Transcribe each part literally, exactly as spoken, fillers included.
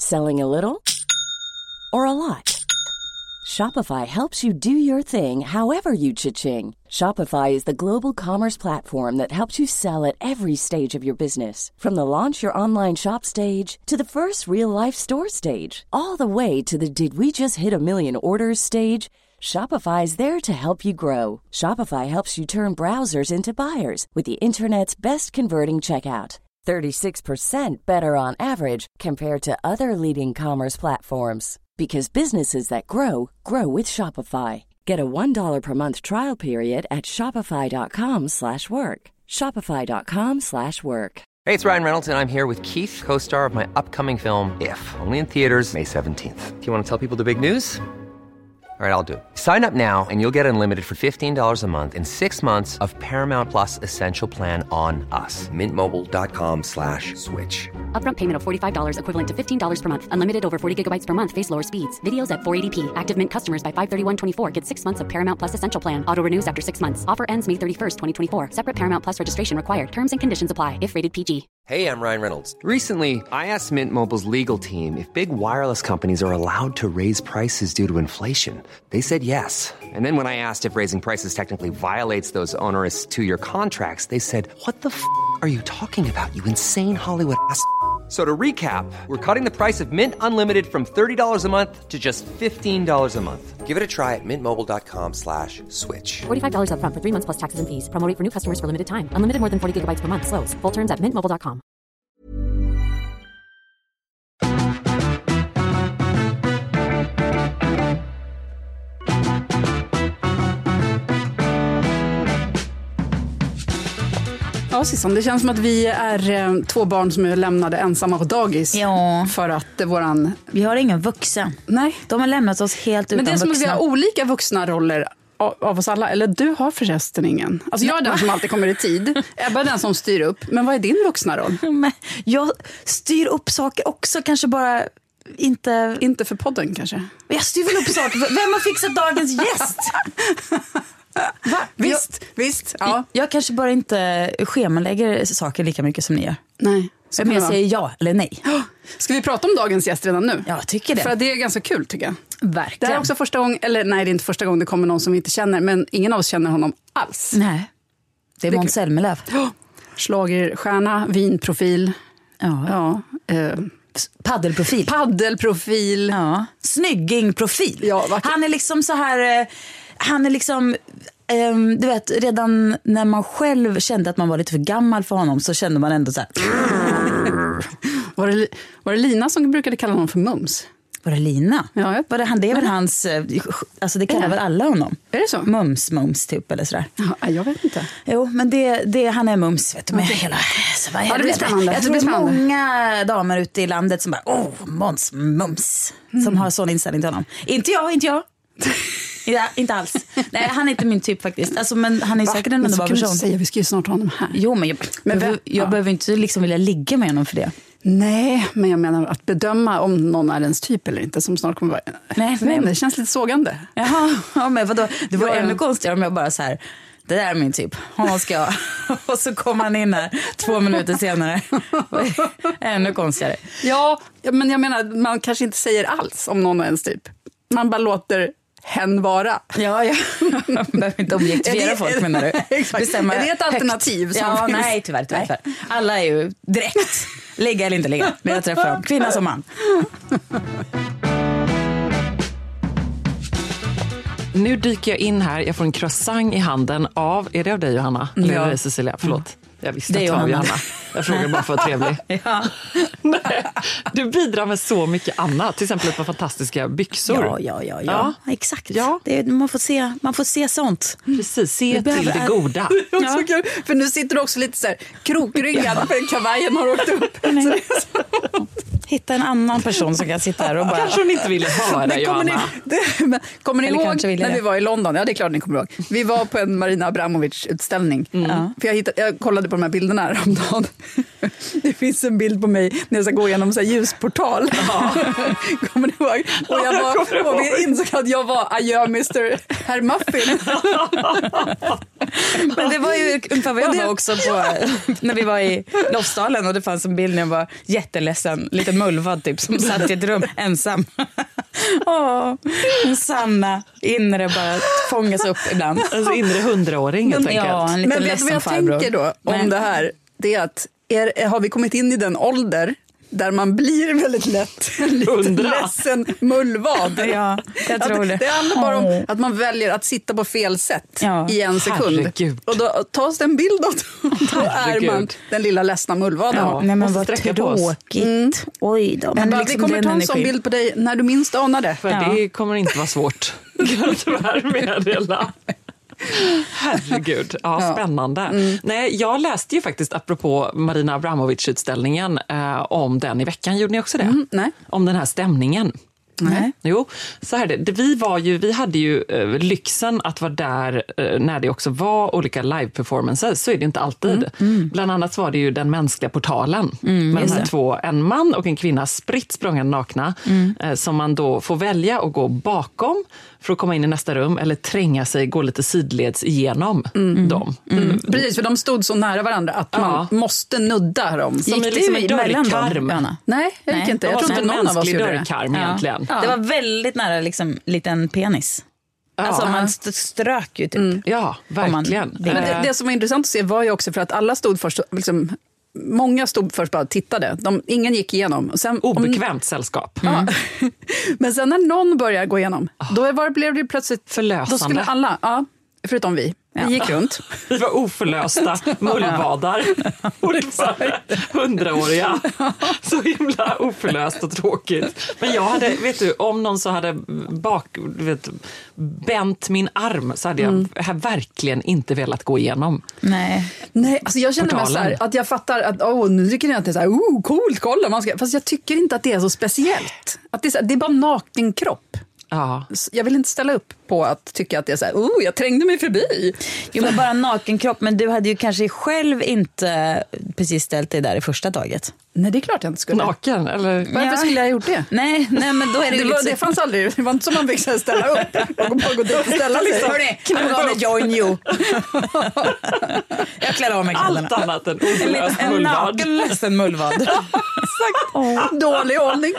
Selling a little or a lot? Shopify helps you do your thing however you cha-ching. Shopify is the global commerce platform that helps you sell at every stage of your business. From the launch your online shop stage to the first real-life store stage, all the way to the did we just hit a million orders stage. Shopify is there to help you grow. Shopify helps you turn browsers into buyers with the internet's best converting checkout. thirty-six percent better on average compared to other leading commerce platforms. Because businesses that grow, grow with Shopify. Get a one dollar per month trial period at shopify.com slash work. Shopify.com slash work. Hey, it's Ryan Reynolds, and I'm here with Keith, co-star of my upcoming film, If, only in theaters May seventeenth. Do you want to tell people the big news? All right, I'll do it. Sign up now and you'll get unlimited for fifteen dollars a month and six months of Paramount Plus Essential Plan on us. Mintmobile.com slash switch. Upfront payment of forty-five dollars equivalent to fifteen dollars per month. Unlimited over forty gigabytes per month. Face lower speeds. Videos at four eighty p. Active Mint customers by five thirty-one twenty-four get six months of Paramount Plus Essential Plan. Auto renews after six months. Offer ends May thirty-first, twenty twenty-four. Separate Paramount Plus registration required. Terms and conditions apply if rated P G. Hey, I'm Ryan Reynolds. Recently, I asked Mint Mobile's legal team if big wireless companies are allowed to raise prices due to inflation. They said yes. And then when I asked if raising prices technically violates those onerous two-year contracts, they said, what the f*** are you talking about, you insane Hollywood ass f- So to recap, we're cutting the price of Mint Unlimited from thirty dollars a month to just fifteen dollars a month. Give it a try at mintmobile.com slash switch. forty-five dollars upfront for three months plus taxes and fees. Promo rate for new customers for limited time. Unlimited more than forty gigabytes per month. Slows full terms at mint mobile dot com. Ja, Sisson, det känns som att vi är eh, två barn som är lämnade ensamma på dagis. Ja. För att eh, våran... Vi har ingen vuxen. Nej. De har lämnat oss helt utan vuxna. Men det är som vuxna. Att vi har olika vuxna roller av, av oss alla. Eller du har förresten ingen. Alltså jag är den som alltid kommer i tid. Ebba är den som styr upp. Men vad är din vuxna roll? Men jag styr upp saker också. Kanske bara inte... Inte för podden kanske. Jag styr väl upp saker. Vem har fixat dagens gäst? Va? Visst, jag, visst. Ja. Jag, jag kanske bara inte schemalägger saker lika mycket som ni gör. Nej. Så men jag säger ja eller nej. Ska vi prata om dagens gäst redan nu? Ja, jag tycker det. För det är ganska kul tycker jag. Verkligen. Det här är också första gången, eller nej det är inte första gången det kommer någon som vi inte känner. Men ingen av oss känner honom alls. Nej, det är Måns Zelmerlöw. Ja. Schlagerstjärna, vinprofil. Ja. Ja. Eh. Paddelprofil. Paddelprofil. Ja. Snyggingprofil. Ja, vad... Han är liksom så här... Han är liksom... Um, du vet, redan när man själv kände att man var lite för gammal för honom så kände man ändå så här... var, det, var det Lina som brukade kalla honom för Mums? Var det Lina? Ja, jag... var det, han, det är väl hans... Alltså det kallar väl alla honom. Är det så? Mums, Mums typ eller sådär. Ja, jag vet inte. Jo, men det, det, han är Mums, vet du. Med okay. hela, så vad, ja, det blir spännande. Jag tror det är många damer ute i landet som bara, åh, oh, Måns, Mums. Mm. Som har sån inställning till honom. Inte jag, inte jag. Ja, inte alls. Nej, han är inte min typ faktiskt. Alltså, men han är Va? säkert en underbar person. Säga, vi ska ju snart ha honom här. Jo, men jag, men jag, jag ja. behöver inte liksom vilja ligga med honom för det. Nej, men jag menar att bedöma om någon är ens typ eller inte som snart kommer vara... Nej, men... Nej, det känns lite sågande. Jaha, ja, men vadå? Det var ja, ännu ja. konstigare om jag bara så här... Det där är min typ. Honom ska jag. Och så kommer han in här två minuter senare. Ännu konstigare. Ja, men jag menar, man kanske inte säger alls om någon är ens typ. Man bara låter hen vara. Ja, ja. Man behöver inte objektifiera folk, menar du? Exakt. Bestämma är det ett alternativ? Som ja, finns? nej, tyvärr, tyvärr, tyvärr. Alla är ju direkt. Ligga eller inte ligga. När jag träffar dem. Kvinna som man. Nu dyker jag in här. Jag får en croissant i handen av... Är det av dig, Johanna? Eller ja. Är det Cecilia? Förlåt. Mm. Jag visste det att det var Johanna. Jag frågar bara för att vara trevlig. Ja. Nej, du bidrar med så mycket annat. Till exempel ett par fantastiska byxor. Ja, ja, ja. ja. ja. Exakt. Ja. Det är, man, får se, man får se sånt. Precis, se till det goda. Det är också kul, för nu sitter du också lite så här krokryggad ja. För kavajen har åkt upp. Så det är så... Hitta en annan person som kan sitta här och bara... Kanske hon inte ville höra, men kommer Johanna. Ni, det, men, kommer ni Eller ihåg när det. vi var i London? Ja, det är klart ni kommer ihåg. Vi var på en Marina Abramovic-utställning. Mm. För jag, hittade, jag kollade på de här bilderna här om dagen. Det finns en bild på mig när jag ska gå igenom så här ljusportal. Ja. Kommer ni ihåg? Och, jag var, och vi insåg att jag var adjö mister Herr Muffin. Men det var ju ungefär vad jag var också på när vi var i Lofsdalen och det fanns en bild när jag var jätteledsen, lite mulvad typ, som satt i ett rum ensam. Åh, en sanna inre bara fångas upp ibland. Alltså inre hundraåring helt enkelt. Ja, en liten Men vet du vad jag farbror. tänker då om Nej. det här? Det är att är, har vi kommit in i den ålder där man blir väldigt lätt en liten Undra. ledsen mullvad. Ja, jag tror att, det. det handlar bara om Åh. att man väljer att sitta på fel sätt Ja. i en sekund. Herregud. Och då tas det en bild åt och då är Herregud. man den lilla ledsna mullvaden. Ja. Nej men Måste vad sträcka på oss. tråkigt. Mm. Oj då. Men Men vi liksom kommer den ta en sån energin. bild på dig när du minst anar det. För Ja. det kommer inte vara svårt. Tyvärr meddela. Herregud, ja, Ja. spännande. Mm. Nej, jag läste ju faktiskt, apropå Marina Abramovic-utställningen, eh, om den i veckan. Gjorde ni också det? Mm, nej. Om den här stämningen. Nej. Jo, så här är det. det. Vi, var ju, vi hade ju eh, lyxen att vara där eh, när det också var olika live-performances. Så är det inte alltid. Mm, mm. Bland annat var det ju den mänskliga portalen Mm, med de just här det. två, en man och en kvinna spritt språngande nakna, Mm. eh, som man då får välja att gå bakom för att komma in i nästa rum eller tränga sig, gå lite sidleds igenom dem. Mm. Precis, för de stod så nära varandra att man Ja. måste nudda dem. Som Gick i liksom du en mellan dem, dörrkarm. Johanna? Nej, jag gick Nej, inte. Det Jag var tror som inte en någon av oss mänsklig gjorde det. dörrkarm Ja. egentligen. Det var väldigt nära liksom liten penis. Alltså man st- strök ju typ. Ja, verkligen. Om man- Men det, det som var intressant att se var ju också för att alla stod först, liksom, många stod först bara och tittade. De, ingen gick igenom. Och sen, Obekvämt sällskap. Ja. Men sen när någon börjar gå igenom, då var, blev det plötsligt... Förlösande. Då skulle alla, ja, förutom vi, vi Ja. gick runt. Vi var oförlösta mullvadar. Fortfarande hundraåriga. Så himla oförlöst och tråkigt. Men jag hade, vet du, om någon så hade bak, vet, bänt min arm så hade jag Mm. här verkligen inte velat gå igenom. Nej. Nej, alltså jag känner mig så Portalen. här, att jag fattar att oh, nu tycker jag att det är så här, oh, coolt, kolla. Man ska, fast jag tycker inte att det är så speciellt. Att det, är så här, det är bara naken kropp. Ja. Jag vill inte ställa upp på att tycka att det är så här, oh, jag trängde mig förbi. Jo, men bara naken kropp. Men du hade ju kanske själv inte precis ställt dig där i första taget. Nej, det är klart jag inte skulle. Naken, eller? Varför Ja. skulle jag ha gjort det? Nej, nej men då är det, Det, ju var, lite det fanns aldrig, det var inte som man fick så här ställa upp och bara gå dit och ställa sig. Hörni, I'm gonna join you. Jag klär av mig kläderna. Allt annat än En, oförlöst en mullvad. naken ledsen mullvad. Dålig hållning.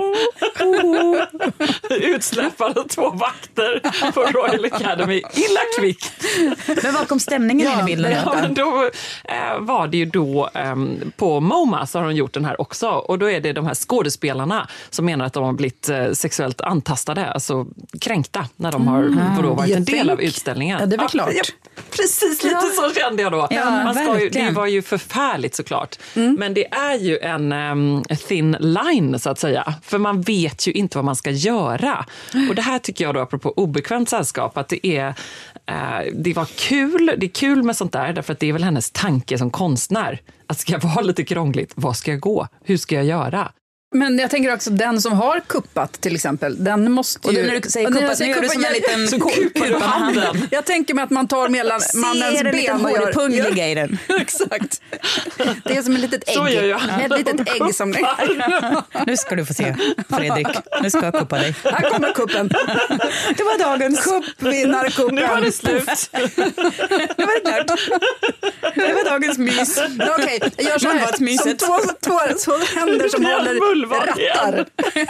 Utsläppade två vakter på Royal Academy. Illa kvickt. Men var kom stämningen in i bilden? Ja, men då eh, var det ju då eh, på MoMA så har de gjort den här också. Och då är det de här skådespelarna som menar att de har blivit eh, sexuellt antastade, alltså kränkta när de har vadå, varit en del av utställningen. Ja, det är väl klart. Ja, precis, lite så kände jag då. Ja, Man ska ju, det verkligen. var ju förfärligt såklart. Men det är ju en um, thin line så att säga. För man vet ju inte vad man ska göra. Och det här tycker jag då, apropå obekvämt sällskap, att det är uh, det var kul, det är kul med sånt där, därför att det är väl hennes tanke som konstnär. Att ska vara lite krångligt, vad ska jag gå? Hur ska jag göra? Men jag tänker också den som har kuppat till exempel, den måste Och ju... då när du säger Och när jag kuppat, nu gör du som en jag- liten Så kupar du handen. Jag tänker mig att man tar mellan mannens Ser en liten ben och hårig pung gör... ligga i den. Exakt. Det är som ett litet ägg. Så gör jag. Ett litet ägg som... Nu ska du få se, Fredrik. Nu ska jag kuppa dig. Här kommer kuppen. Det var dagens Cupvinnarkuppen. Nu var det slut. Nu var det klart. Det var dagens mys. Okej, jag gör så här. Som Mullvadsmyset. två, två, två händer som Det är håller mullvad rattar.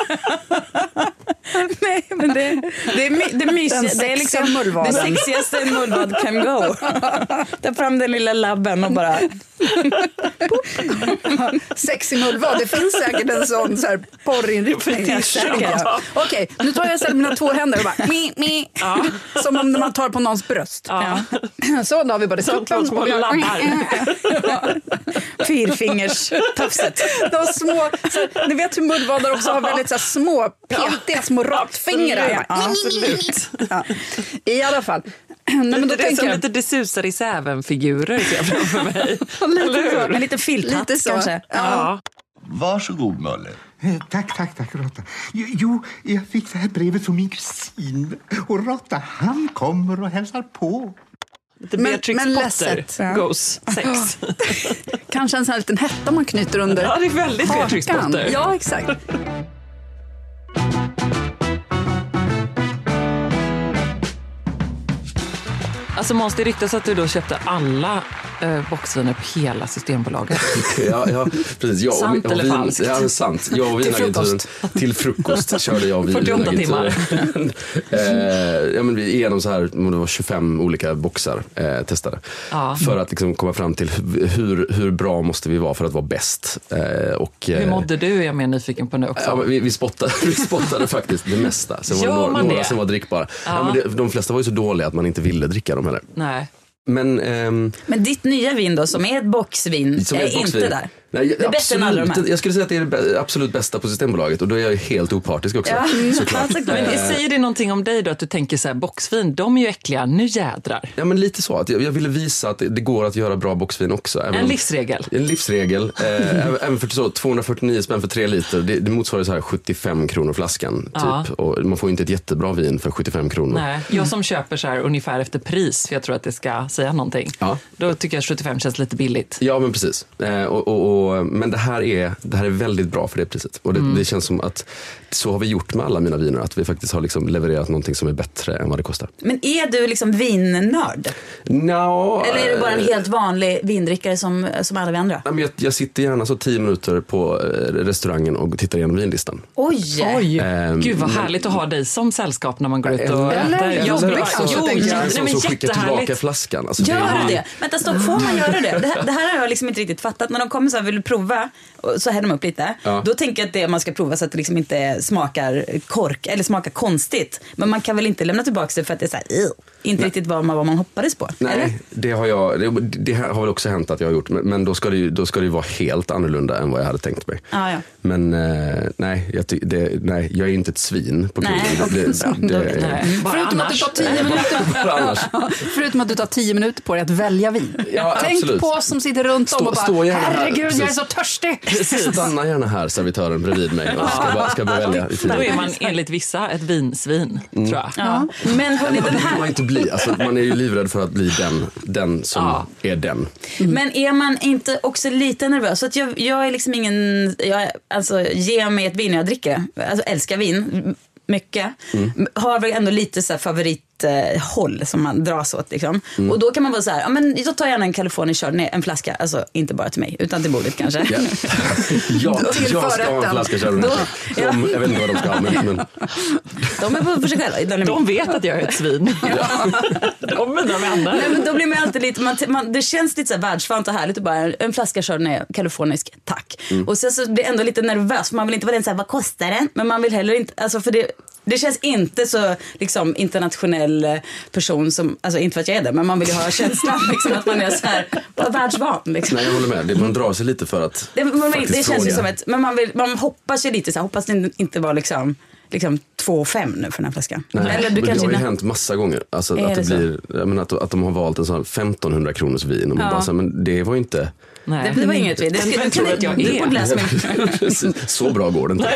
Nej, men det, det är, my, det är mysiga. Den Det är sexiga liksom mullvaden. det sexigaste en mullvad can go. Ta fram den lilla labben och bara... Sexig mullvad. Det finns säkert en sån så här porrinriktning. Det är Säkert. ja. Okej, nu tar jag istället mina två händer och bara... Mi, mi. Som om man tar på någons bröst. Ja. Så, då har vi både Som två små labbar. Fyrfingers tafset. De små, så, ni vet hur mullvadar också har väldigt så här, små, petiga små råttfingrar. Ja, absolut. Ja. I alla fall. Nej, men då det är som tänker jag, lite det susar i säven-figurer ser jag framför mig. lite så. En liten filthatt Lite så. kanske. Ja. Varsågod, Möller. Eh, Tack, tack, tack, Råtta. Jo, Jo, jag fick det här brevet från min kusin. Och Råtta, han kommer och hälsar på. Lite Men- Beatrix men Potter ledset. Ja. goes sex. Kanske en sån här liten hetta man knyter under Ja, det är väldigt Beatrix hakan. Potter. Ja, exakt. Alltså Måns, det ryktas att du då köpte alla eh, boxviner på hela Systembolaget. ja, ja, precis. Jag, sant och, och eller vin, falskt? Ja, sant. Jag och vinagenturen till frukost körde jag vin. fyrtioåtta timmar. eh, ja, men vi igenom så här, det var tjugofem olika boxar eh, testade. Ja. För att liksom komma fram till hur, hur bra måste vi vara för att vara bäst. Eh, och, eh, hur mådde du? Är jag mer nyfiken på nu också. Ja, vi, vi, spottade, vi spottade faktiskt det mesta. Sen var det några, några som var drickbara. Ja. Ja, men det, de flesta var ju så dåliga att man inte ville dricka dem heller. Nej. Men, ehm, men ditt nya vin då, som är ett boxvin, som är, är ett boxvin. inte där. Nej, det är bättre än alla de här. Jag skulle säga att det är det absolut bästa på Systembolaget. Och då är jag ju helt opartisk också. Ja. Såklart. Men säger det någonting om dig då, att du tänker så här, boxvin, de är ju äckliga, nu jädrar. Ja, men lite så. Att jag, jag ville visa att det, det går att göra bra boxvin också. Även en om, livsregel. En livsregel. Eh, även för så, tvåhundrafyrtionio spänn för tre liter. Det, det motsvarar så här sjuttiofem kronor flaskan. Typ. Ja. Och man får inte ett jättebra vin för sjuttiofem kronor. Nej, jag som köper så här ungefär efter pris, för jag tror att det ska säga någonting. Ja. Då tycker jag att sjuttiofem känns lite billigt. Ja, men precis. Eh, och, och, och, men det här är, det här är väldigt bra för det priset. Och det, mm. det känns som att så har vi gjort med alla mina viner. Att vi faktiskt har liksom levererat någonting som är bättre än vad det kostar. Men är du liksom vinnörd? No, Eller är du bara en helt vanlig vindrickare som, som alla vi andra? Jag, jag sitter gärna så tio minuter på restaurangen och tittar igenom vinlistan. Oj! Oj. Ähm, Gud vad härligt att ha dig som sällskap när man går ut och eller, äter. Eller, Jag eller, jo, så, jo, så, så, så skickar tillbaka jättehärligt. flaskan. Alltså, Gör det, det? Vänta, stopp, får man göra det? Det här, det här har jag liksom inte riktigt fattat. När de kommer så här, vill du prova? Och så häller de upp lite. Ja. Då tänker jag att det man ska prova så att det liksom inte smakar kork eller smakar konstigt. Men man kan väl inte lämna tillbaka det för att det är så här, Ew. inte Nej. riktigt vad man, vad man hoppades på. Nej, eller? det har jag det, det har väl också hänt att jag har gjort, men, men då ska det ju då ska det ju vara helt annorlunda än vad jag hade tänkt mig. Ah, ja. Men eh, nej, jag ty, det, nej, jag är inte ett svin på krogen. Nej, det, det, det, nej. Förutom att, du tar tio minuter, förutom att du tar tio minuter på dig att välja vin. Ja, tänk absolut. på oss som sitter runt om Stå, och stå bara, gärna här. herregud, jag är Precis. så törstig. Stanna gärna här, servitören bredvid mig, och ska, bara, ska börja välja i tiden. Då är man enligt vissa ett vinsvin, Mm. tror jag. Ja. Men hörni, den Det kan man här... inte bli. Alltså, man är ju livrädd för att bli den, den som Ja. är den. Men är man inte också lite nervös? Så att jag, jag är liksom ingen... Jag, alltså, ge mig ett vin och jag dricker det. Alltså, älskar vin mycket. Mm. Har väl ändå lite så här favorithåll som man dras åt. Liksom. Mm. Och då kan man vara så här, ja, men då tar jag gärna en California Chardonnay, en flaska. Alltså inte bara till mig, utan till bordet kanske. Ja. jag, jag ska ha en flaska Chardonnay. Då- ja. De, jag vet inte vad de ska ha, men... men De är på för sig själva. De, är De vet att jag är ett svin. De är mina vänner. Nej, men då blir man alltid lite, man, man, det känns lite så här världsfant och härligt att bara en flaska Chardonnay kalifornisk, tack. Mm. Och sen så blir jag ändå lite nervös för man vill inte vara den så här, vad kostar den? Men man vill heller inte, alltså för det, det känns inte så liksom internationell person som, alltså inte för att jag är det, men man vill ju ha känslan liksom att man är så här, bara världsvan liksom. nej, jag håller med. Det, man drar sig lite för att Det, man, faktiskt det känns fråga. ju som ett, men man, vill, man hoppas ju lite så här, hoppas det inte var liksom liksom två och fem nu för den här flaskan. Nej, Eller du men kanske det har ju nä- hänt massa gånger. Alltså, Är att, det det så? blir, jag menar, att, att de har valt en sån femtonhundra kronors vin. Och man Ja. bara, så här, men det var ju inte... Nej. Det, det var inget vin. Det skulle, Vem tror att jag du är? borde läsa min... Precis. Så bra går det inte.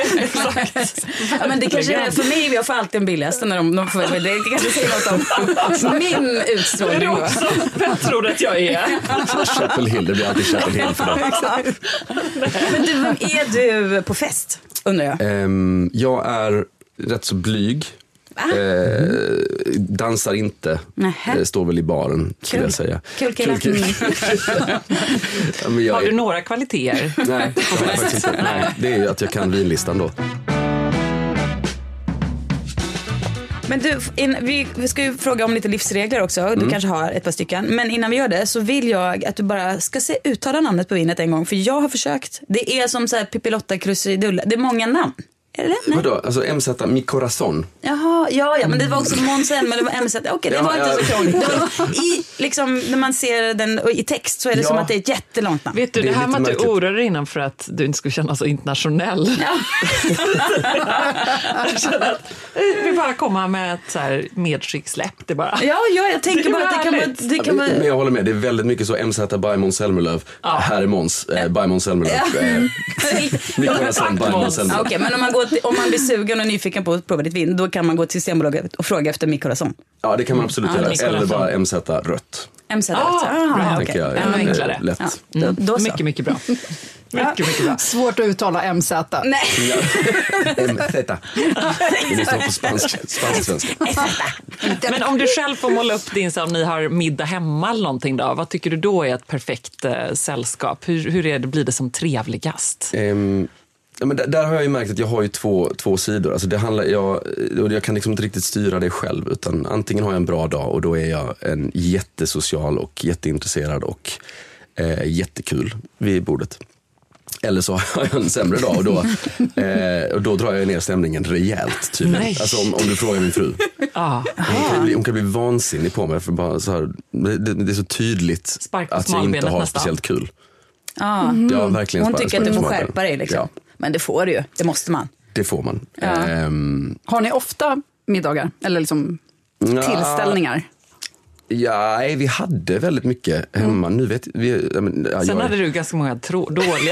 Ja, men det kanske är för mig, jag får alltid den billigaste när de, de får, det, det kanske säger något om min utstrålning då. Vem tror att jag är? Chapel Hill, det blir alltid Chapel Hill för dem. Men du, vem är du på fest, undrar jag? Um, jag är rätt så blyg. Eh, dansar inte. Nähä. Eh, står väl i baren, skulle Kul. jag säga. Kul kille. Kul, kul. Ja, men jag Har är- du några kvaliteter? Nej, det har jag faktiskt inte. Nej, det är ju att jag kan vinlistan då. Men du, in, vi, vi ska ju fråga om lite livsregler också. Du Mm. kanske har ett par stycken. Men innan vi gör det så vill jag att du bara ska se, uttala namnet på vinet en gång. För jag har försökt. Det är som så här Pippilotta Krusidulla. Det är många namn. Är det det? Nej. Vadå? Alltså M Z Mi Corazon. Jaha, ja, ja, men det var också Måns Zelmerlöw, eller var M Z. Okej, det Ja, var inte ja. så krångligt. Det var, i, liksom, när man ser den i text så är det Ja. som att det är ett jättelångt namn. Vet du, Det det, är här lite med att du märkligt. oroar dig innan för att du inte skulle känna så internationell. Jag känner att vi bara komma med ett så här medskicksläpp. Det bara... Ja, ja, jag tänker Det är bara att det kan vara... härligt. Det kan vara Men jag håller med, det är väldigt mycket så M Z by Måns Zelmerlöw. Här är Måns, eh, by Måns Zelmerlöw. Ja. Eh, Mi Corazon by Måns Ja, Zelmerlöw. okej, men om man, går till, om man blir sugen och nyfiken på att prova ditt vin, då kan man gå till Systembolaget och fråga efter Mi Corazon. Ja, det kan man absolut Ja, göra. Mi Corazon. Eller bara M Z rött. M Z. Ah, ah, tänker okay. jag. Ännu Ja, enklare. Lätt. Ja, då, då så. Mycket, mycket bra. Mycket, mycket bra. Svårt att uttala M Z. Nej. M Z. Det måste vara på spansk, spansk-svenska. Men om du själv får måla upp din, så om ni har middag hemma eller någonting då, vad tycker du då är ett perfekt eh, sällskap? Hur, hur är det, blir det som trevligast? Um, ja, men där, där har jag ju märkt att jag har ju två, två sidor. Alltså det handlar, jag, jag kan liksom inte riktigt styra det själv, utan antingen har jag en bra dag och då är jag en jättesocial och jätteintresserad och eh, jättekul vid bordet. Eller så har jag en sämre dag och då, eh, och då drar jag ner stämningen rejält tydligen. Alltså om, om du frågar min fru. Ah. Hon kan, bli, hon kan bli vansinnig på mig för bara så här, det, det är så tydligt Spark på att jag inte har nästan. speciellt kul. Ah. Ja, verkligen. Hon spark- tycker att du spark får på skärpa dig liksom. Ja, Men det får du ju, det måste man. det får man. Ja. Ehm, Har ni ofta middagar? Eller liksom ja, tillställningar? Ja, nej, vi hade väldigt mycket hemma. Mm. Nu vet vi... Ja, men, ja, Sen jag, hade du ganska många tro- dåliga.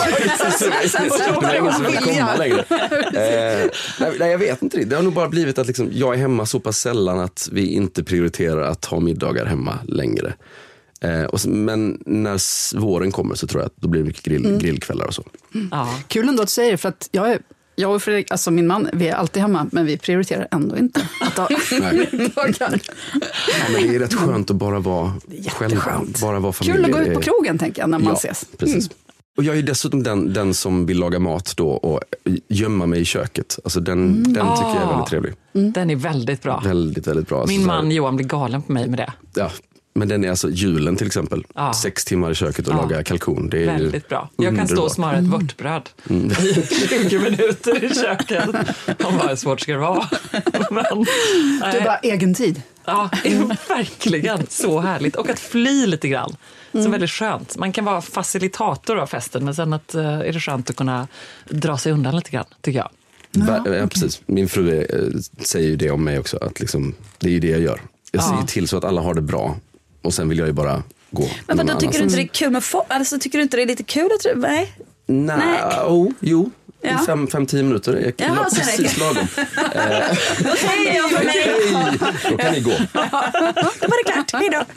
det var ingen som ville komma längre. Eh, nej, nej, jag vet inte det. Det har nog bara blivit att liksom, jag är hemma så pass sällan att vi inte prioriterar att ha middagar hemma längre. Eh, och så, men när s- våren kommer så tror jag att då blir det mycket grill, mm. grillkvällar och så. Mm. Ja. Kul ändå att du säger det, för att jag är... Jag och Fredrik, alltså min man, vi är alltid hemma, men vi prioriterar ändå inte att ha middagar. Ja, men det är rätt skönt att bara vara själva. Bara vara familj. Kul att gå ut på krogen, tänker jag, när man ja, ses. Precis. Mm. Och jag är dessutom den, den som vill laga mat då och gömma mig i köket. Alltså den, Mm. den Ah. tycker jag är väldigt trevlig. Mm. Den är väldigt bra. Väldigt, väldigt bra. Min alltså, man Johan blir galen på mig med det. Ja, men den är alltså julen till exempel. Ja. Sex timmar i köket och Ja. laga kalkon. Det är Väldigt bra. Jag kan stå och smöra ett vörtbröd mm. i tjugo minuter i köket. Han bara, svårt ska det vara. Men, Du bara egen tid. Ja, verkligen. Så härligt. Och att fly lite grann. Så mm. väldigt skönt. Man kan vara facilitator av festen, men sen att, uh, är det skönt att kunna dra sig undan lite grann, tycker jag. Ja, okay. Ja, precis. Min fru är, säger ju det om mig också, att liksom, det är ju det jag gör. Jag ser Ja. till så att alla har det bra. Och sen vill jag ju bara gå. Men vadå, tycker du inte det är kul med folk? Alltså, tycker du inte det är lite kul att... Nej. Nej, Nej. Oh, jo. Ja. Fem, fem, tio minuter. Jag Jaha, la precis lagom. Då säger jag för mig. Okej, då kan ni gå. Då var det klart, hej då.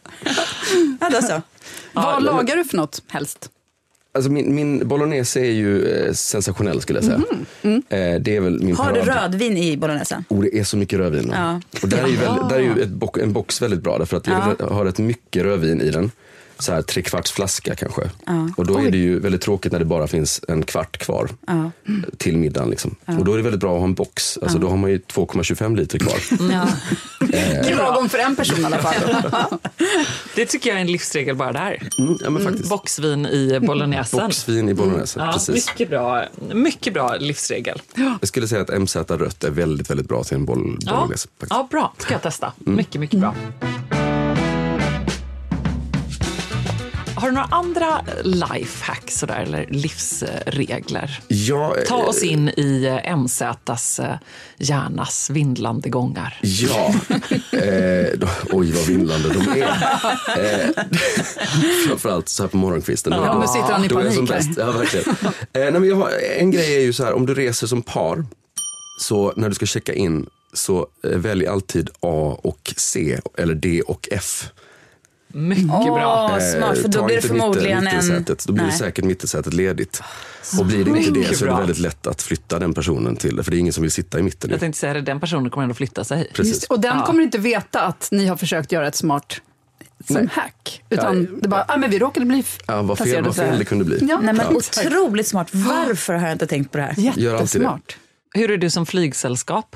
Ja, då så. Vad Ja, lagar du för något helst? Alltså min, min bolognese är ju eh, sensationell, skulle jag säga. Mm. Mm. Eh, det är väl min Har du parad. rödvin i bolognesen? Oh, det är så mycket rödvin. Ja. Och där är ju, väl, där är ju ett bo- en box väldigt bra, därför att jag Ja. har rätt mycket rödvin i den. Så här tre kvarts flaska kanske. Ja. Och då är det ju väldigt tråkigt när det bara finns en kvart kvar Ja. till middagen. Liksom. Ja. Och då är det väldigt bra att ha en box. Alltså, då har man ju två komma tjugofem liter kvar. Ja. Det är lagom för en person i alla fall. Det tycker jag är en livsregel bara där. Mm, ja, men faktiskt. Boxvin i bolognesen. Boxvin i bolognesen, Ja, precis. mycket bra, mycket bra livsregel. Jag skulle säga att M Z rött är väldigt, väldigt bra till en boll- Ja, bolognese. faktiskt. ja, bra. Ska jag testa. Mycket, mycket bra. Har du några andra lifehacks sådär, eller livsregler? Ja, Ta oss in i eh, M Z:s eh, hjärnas vindlande gångar. Ja, eh, då, oj vad vindlande de är. Eh, framförallt så här på morgonkvisten. Ja, nu sitter han i Då är jag som panik bäst. Ja, verkligen. Eh, nej, men jag har, en grej är ju så här, om du reser som par, så när du ska checka in, så eh, välj alltid A och C, eller D och F. Mycket Åh, bra. smart, för då Ta blir det inte förmodligen mitt, en... mittensätet. Då blir det Nej. säkert mittensätet ledigt. Och blir det inte det Mycket så är det bra. väldigt lätt att flytta den personen till det. För det är ingen som vill sitta i mitten. Jag tänkte säga det, den personen kommer ändå flytta sig. Precis. Just, och den Ja. kommer inte veta att ni har försökt göra ett smart som Nej. hack. Utan Ja. det bara, ah, men vi råkade bli Ja, vad fel, placerade vad så här. fel det kunde bli. Ja. Nej, men Ja. otroligt smart. Varför har jag inte tänkt på det här? Gör alltid det. Jättesmart. Hur är du som flygsällskap?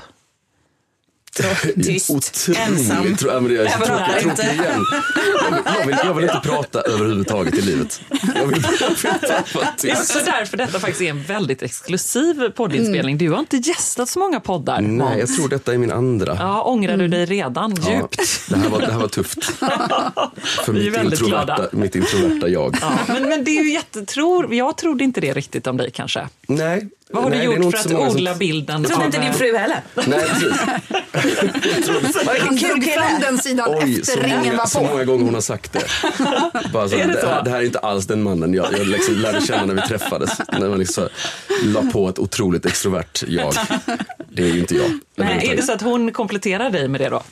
Tyst, Otroligt. ensam. Tror jag, men det är Jag tråkigt, pratar tråkigt inte. igen. Jag vill, jag vill inte prata överhuvudtaget i livet. Jag vill, jag vill bara vara Det är tyst. också därför detta faktiskt är en väldigt exklusiv poddinspelning. Du har inte gästat så många poddar. Nej, jag tror detta är min andra. Ja, ångrar du dig redan Ja, djupt? det, här var, det här var tufft. För Vi är mitt väldigt introverta, glada. mitt introverta jag. Ja, men, men det är ju jättetror. Jag trodde inte det riktigt om dig kanske. Nej. Vad har nej, du det är nog gjort för inte att så många som- odla bilden? Trodde av- inte din fru heller. Nej, precis. Han drog fram den sidan Oj, efter så ringen många, var så på. många gånger hon har sagt det. Bara så, Är det det, så? här, det här är inte alls den mannen jag, jag liksom lärde känna när vi träffades. När man liksom la på ett otroligt extrovert jag. Det är ju inte jag. Nej, är det så att hon kompletterar dig med det då?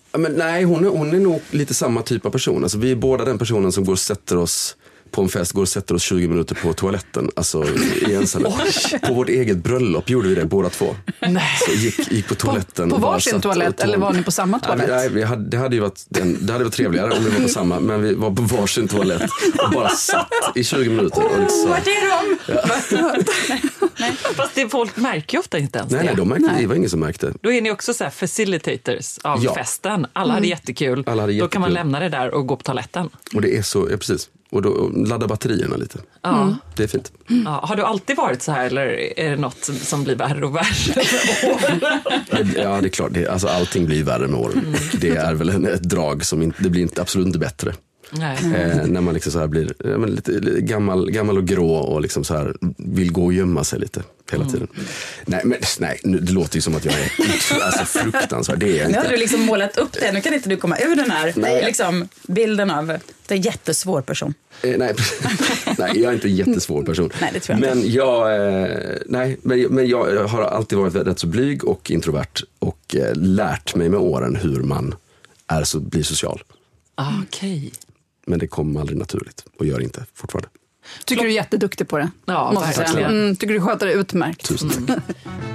Men nej, hon är, hon är nog lite samma typ av person. Alltså, vi är båda den personen som går och sätter oss på en fest, går och sätter oss tjugo minuter på toaletten. Alltså i ensamhet. På vårt eget bröllop gjorde vi det båda två. Nej. Så gick, gick på toaletten. På, på varsin toalett tog... eller var ni på samma toalett? Nej, vi hade, det hade ju varit, en, det hade varit trevligare om vi var på samma. Men vi var på varsin toalett och bara satt i tjugo minuter. Och liksom... Vart är de? Ja. Nej. Fast det, folk märker ju ofta inte ens nej, det. Nej, de märkte, det var ingen som märkte. Då är ni också så här facilitators av ja. festen. Alla hade jättekul. Alla hade jättekul. Då kan man lämna det där och gå på toaletten. Och det är så, ja precis. Och då ladda batterierna lite. Ja. Mm. Det är fint. Ja, har du alltid varit så här eller är det något som, som blir värre och värre med åren? Ja, det är klart. Det, alltså, allting blir värre med åren. Mm. Det är väl en, ett drag som inte, det blir inte, absolut inte bättre. Nej. Eh, när man liksom så här blir ja, men lite, lite gammal, gammal och grå och liksom så här vill gå och gömma sig lite hela tiden. Mm. Nej, men nej, nu, det låter ju som att jag är alltså, fruktansvärd. Det är jag inte. inte. Nu har du liksom målat upp det. Nu kan inte du komma ur den här nej. Liksom, bilden av det är en jättesvår person. Eh, nej, nej, jag är inte en jättesvår person. Nej, det tror jag men inte. Jag, eh, nej, men, men jag har alltid varit rätt så blyg och introvert och eh, lärt mig med åren hur man är så, blir social. Ah, okej. Okay. Men det kommer aldrig naturligt och gör inte fortfarande. Tycker du är jätteduktig på det? Ja, verkligen. Mm, tycker du sköter det utmärkt. Tusen tack. Mm.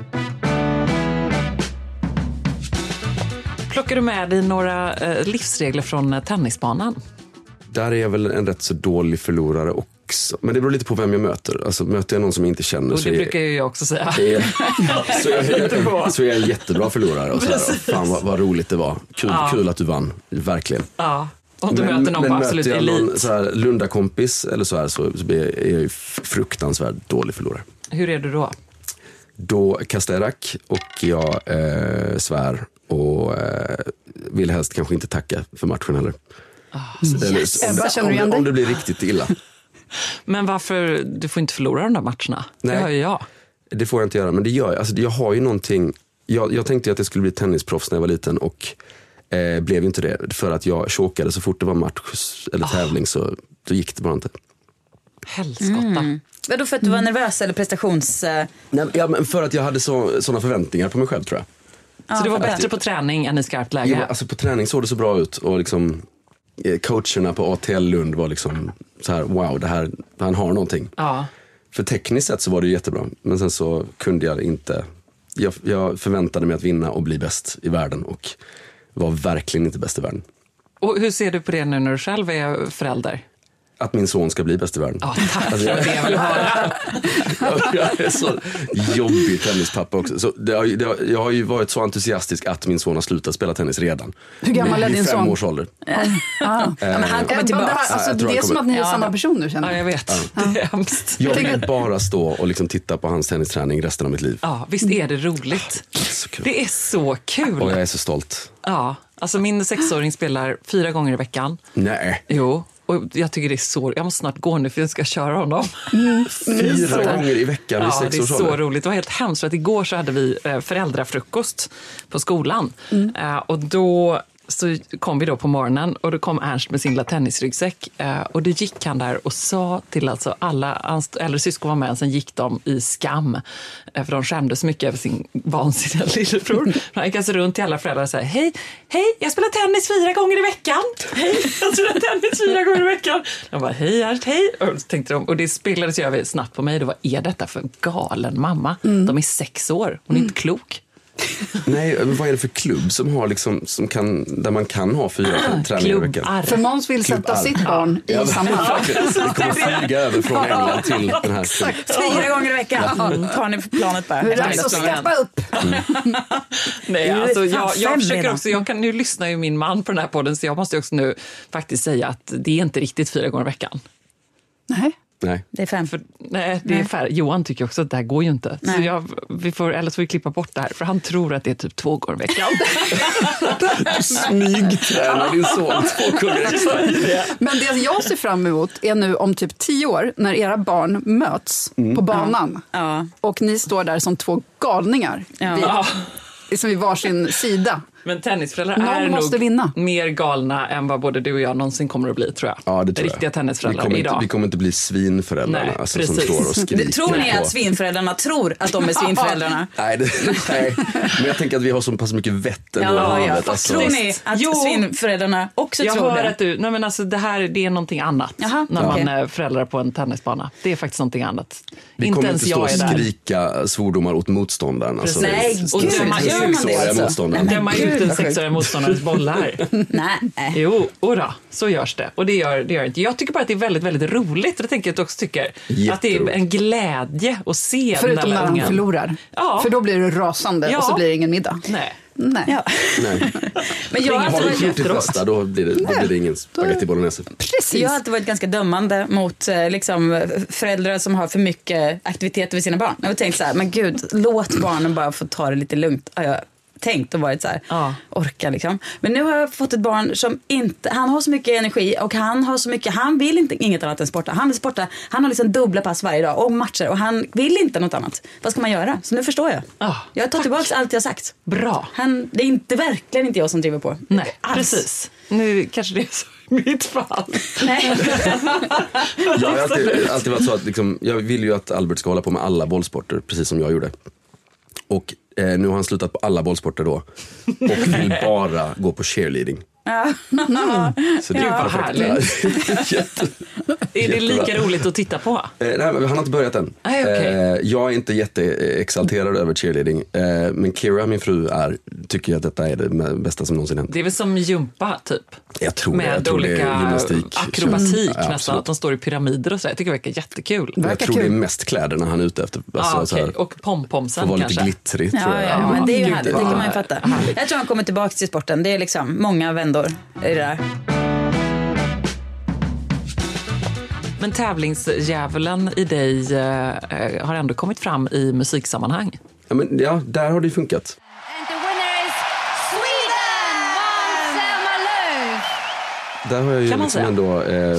Plockar du med dig några eh, livsregler från eh, tennisbanan? Där är jag väl en rätt så dålig förlorare också. Men det beror lite på vem jag möter. Alltså möter jag någon som jag inte känner och så det är, brukar ju jag också säga. Är, så, jag, jag, så är jag en jättebra förlorare. Och så här, och fan vad, vad roligt det var. Kul, ja. kul att du vann, verkligen. Ja. Om du men, möter någon men på absolut möter jag elit. någon så här, Lunda-kompis eller så här så, så är jag ju fruktansvärt dålig förlorare. Hur är du då? Då kastar jag rack och jag eh, svär och eh, vill helst kanske inte tacka för matchen heller. Oh, eller, yes. om, det, om, det, om det blir riktigt illa. Men varför, du får inte förlora de där matcherna? Nej, det har ju jag. Det får jag inte göra, men det gör jag. Alltså, jag har ju någonting, jag, jag tänkte ju att jag skulle bli tennisproffs när jag var liten och eh, blev ju inte det. För att jag chokade så fort det var match eller tävling oh. så då gick det bara inte. Helskotta. Mm. Var då för att du var nervös eller prestations... Nej, ja, men för att jag hade så, såna förväntningar på mig själv tror jag. Så ja, du var bättre jag, på träning än i skarpt läge? Ja, alltså på träning såg det så bra ut och liksom coacherna på A T L Lund var liksom så här, wow, det här, han har någonting. Ja. För tekniskt sett så var det jättebra, men sen så kunde jag inte, jag, jag förväntade mig att vinna och bli bäst i världen och var verkligen inte bäst i världen. Och hur ser du på det nu när du själv är förälder? Att min son ska bli bäst i världen. Ja, tack alltså, jag, det vill höra. Jag är så jobbig tennispappa också. Så det har, det har, jag har ju varit så entusiastisk att min son har slutat spela tennis redan. Hur gammal är din son? Fem års ålder. Ah. Ja, men han kommer tillbaka. Det, här, alltså, det är kommer... som att ni är ja. samma person nu känner jag. Ja, jag vet. Ja. Det är hemskt. Jag vill bara stå och liksom titta på hans tennisträning resten av mitt liv. Ja, visst är det roligt. Det är så kul. Det är så kul. Och jag är så stolt. Ja, alltså min sexåring spelar fyra gånger i veckan. Nej. Jo. Och jag tycker det är så, jag måste snart gå nu för jag ska köra honom. Mm. Fyra gånger i veckan vid ja, sex års ålder. Det är så roligt. Det var helt hemskt för att igår så hade vi föräldrafrukost på skolan. Mm. Och då så kom vi då på morgonen och då kom Ernst med sin lilla tennisryggsäck och då gick han där och sa till alltså alla äldre syskon var med, sen gick de i skam för de skämdes så mycket över sin vansinniga lillebror. Han gick alltså runt till alla föräldrar och sa hej, hej, jag spelar tennis fyra gånger i veckan. Hej, jag spelar tennis fyra gånger i veckan. De bara, hej Ernst, hej. Och, så tänkte de, och det spelades ju över snabbt på mig. Då var, är detta för galen mamma? Mm. De är sex år, hon är inte klok. Nej, vad är det för klubb som har liksom, som kan, där man kan ha fyra träningar i veckan? För Måns vill sätta Klubbar. sitt barn i ja, samma. Det kommer flyga över från England till den här. Exakt, fyra gånger i veckan. Mm. Tar ni på planet bara. Det är dags att steppa upp. Mm. Nej, alltså jag, jag försöker också, jag kan, nu lyssnar ju min man på den här podden så jag måste också nu faktiskt säga att det är inte riktigt fyra gånger i veckan. Nej. Nej. Det är fem. För, nej, det nej. är färre. Johan tycker också att det här går ju inte. Nej. Så jag, vi får, eller så får vi klippa bort det här. För han tror att det är typ två gånger i veckan. Smygtränar din son två gånger extra. Men det jag ser fram emot är nu om typ tio år när era barn möts mm. på banan. Ja. Och ni står där som två galningar. Ja. Vi, liksom vid varsin sida. Men tennisföräldrar Någon är måste nog vinna. mer galna än vad både du och jag någonsin kommer att bli, tror jag. Ja, det tror Riktiga jag. tennisföräldrar vi kommer idag. Inte, vi kommer inte bli svinföräldrarna. Nej, alltså, som precis. står och skriker. Tror ni på- att svinföräldrarna tror att de är svinföräldrarna? Nej, det, nej, men jag tänker att vi har så pass mycket vett ändå i Ja, ja. havet. Alltså, Tror ni att Jo. svinföräldrarna också Jag tror hör det? att du, nej men alltså det här det är någonting annat. Jaha, när okej. man är föräldrar på en tennisbana. Det är faktiskt någonting annat. vi inte kommer ens inte stå och jag är där. skrika svordomar åt motståndaren. Alltså, Precis. Nej, Och gud, döma gör man ut, det sexåriga alltså? motståndaren. Nej, döma men ut gud, en vad sjukt. sexårig motståndares bollar. Nej. Jo, ora, så görs det. Och det gör, det gör inte. Jag tycker bara att det är väldigt, väldigt roligt. Och det tänker jag att du också tycker. Att det är en glädje att se Förutom den när där han ungen. förlorar. Ja. För då blir det rasande Ja. och så blir det ingen middag. Nej. Nej. Ja. Nej. Men jag har Har Har alltid du varit, gjort ditt bästa, då blir det, då blir det ingen spaghetti bolognese. Precis. jag har alltid varit ganska dömande mot eh, liksom, föräldrar som har för mycket aktiviteter för sina barn. Jag har tänkt så här, men gud, låt barnen bara få ta det lite lugnt. Har jag tänkt och varit så här, Ja. orka liksom. Men nu har jag fått ett barn som inte, han har så mycket energi och han har så mycket, han vill inte inget annat än sporta. Han vill sporta, han har liksom dubbla pass varje dag och matcher och han vill inte något annat. Vad ska man göra? Så nu förstår jag. Ja, jag tar tillbaka allt jag sagt. Bra. Han, det är inte verkligen inte jag som driver på. Nej, Alls. precis. Nu kanske det är så i mitt fall. Nej. Jag har alltid, alltid varit så att liksom, jag vill ju att Albert ska hålla på med alla bollsporter, precis som jag gjorde. Och eh, nu har han slutat på alla bollsporter då. Och vill bara gå på cheerleading. Så det Gud, är vad perfekt. Jätte, Är det lika jättebra. roligt att titta på? Eh, nej, men han har inte börjat än. Nej, okej. eh, jag är inte jätteexalterad över cheerleading. Eh, men Kira, min fru, är, tycker ju att detta är det bästa som någonsin hänt. Det är väl som gympa, typ? Jag tror det. Med Jag tror det olika är gymnastik. akrobatik Ja, nästan. absolut. Att de står i pyramider och så. Jag tycker det verkar jättekul. Jag verkar tror det är kul. mest kläderna han är ute efter. Alltså, ah, så okej. här, Och för pompomsen att vara kanske? lite glittrig, tror Ja, jag. ja, men det är ju Gud, härligt, det vad kan man ju fatta. Jag tror han kommer tillbaka till sporten. Det är liksom många vändor i det där. Men tävlingsdjävulen i dig eh, har ändå kommit fram i musiksammanhang. Ja, men, ja, där har det ju funkat. And the winner is Sweden! Selma Lööf! Där har jag ju Kan man liksom säga? ändå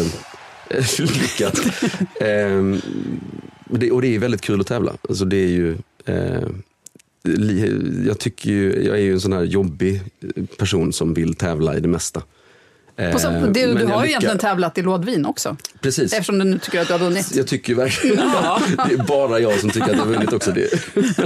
eh, lyckats. eh, det, och det är väldigt kul att tävla. Alltså det är ju... Eh, li, jag tycker ju... Jag är ju en sån här jobbig person som vill tävla i det mesta. Eh, Och så, det, men du jag har ju lyckas- egentligen tävlat i lådvin också. Precis. Eftersom du nu tycker att du har vunnit. Jag tycker ju verkligen det är bara jag som tycker att jag har vunnit också det.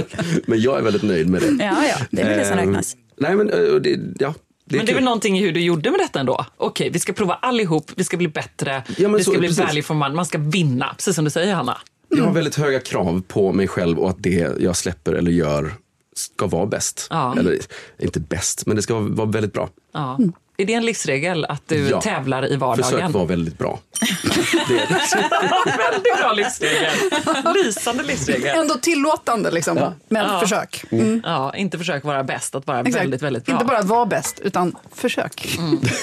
Men jag är väldigt nöjd med det. Ja, ja, det är väl det som Eh, räknas. Nej, men eh, det, ja, det är Men det är kul. väl någonting i hur du gjorde med detta ändå? Okej, vi ska prova allihop, vi ska bli bättre, Ja, men det ska så- bli precis. value for money, man ska vinna, precis som du säger, Hanna. Jag har väldigt höga krav på mig själv och att det jag släpper eller gör ska vara bäst. Ja. Eller inte bäst, men det ska vara väldigt bra. Ja. Är det en livsregel att du Ja. tävlar i vardagen? Försök vara väldigt bra. Det är det. Väldigt bra livsregel. Lysande livsregel. Ändå tillåtande liksom, med Ja. försök. Mm. Ja, inte försök vara bäst, att vara Exakt. väldigt, väldigt bra. Inte bara vara bäst, utan försök.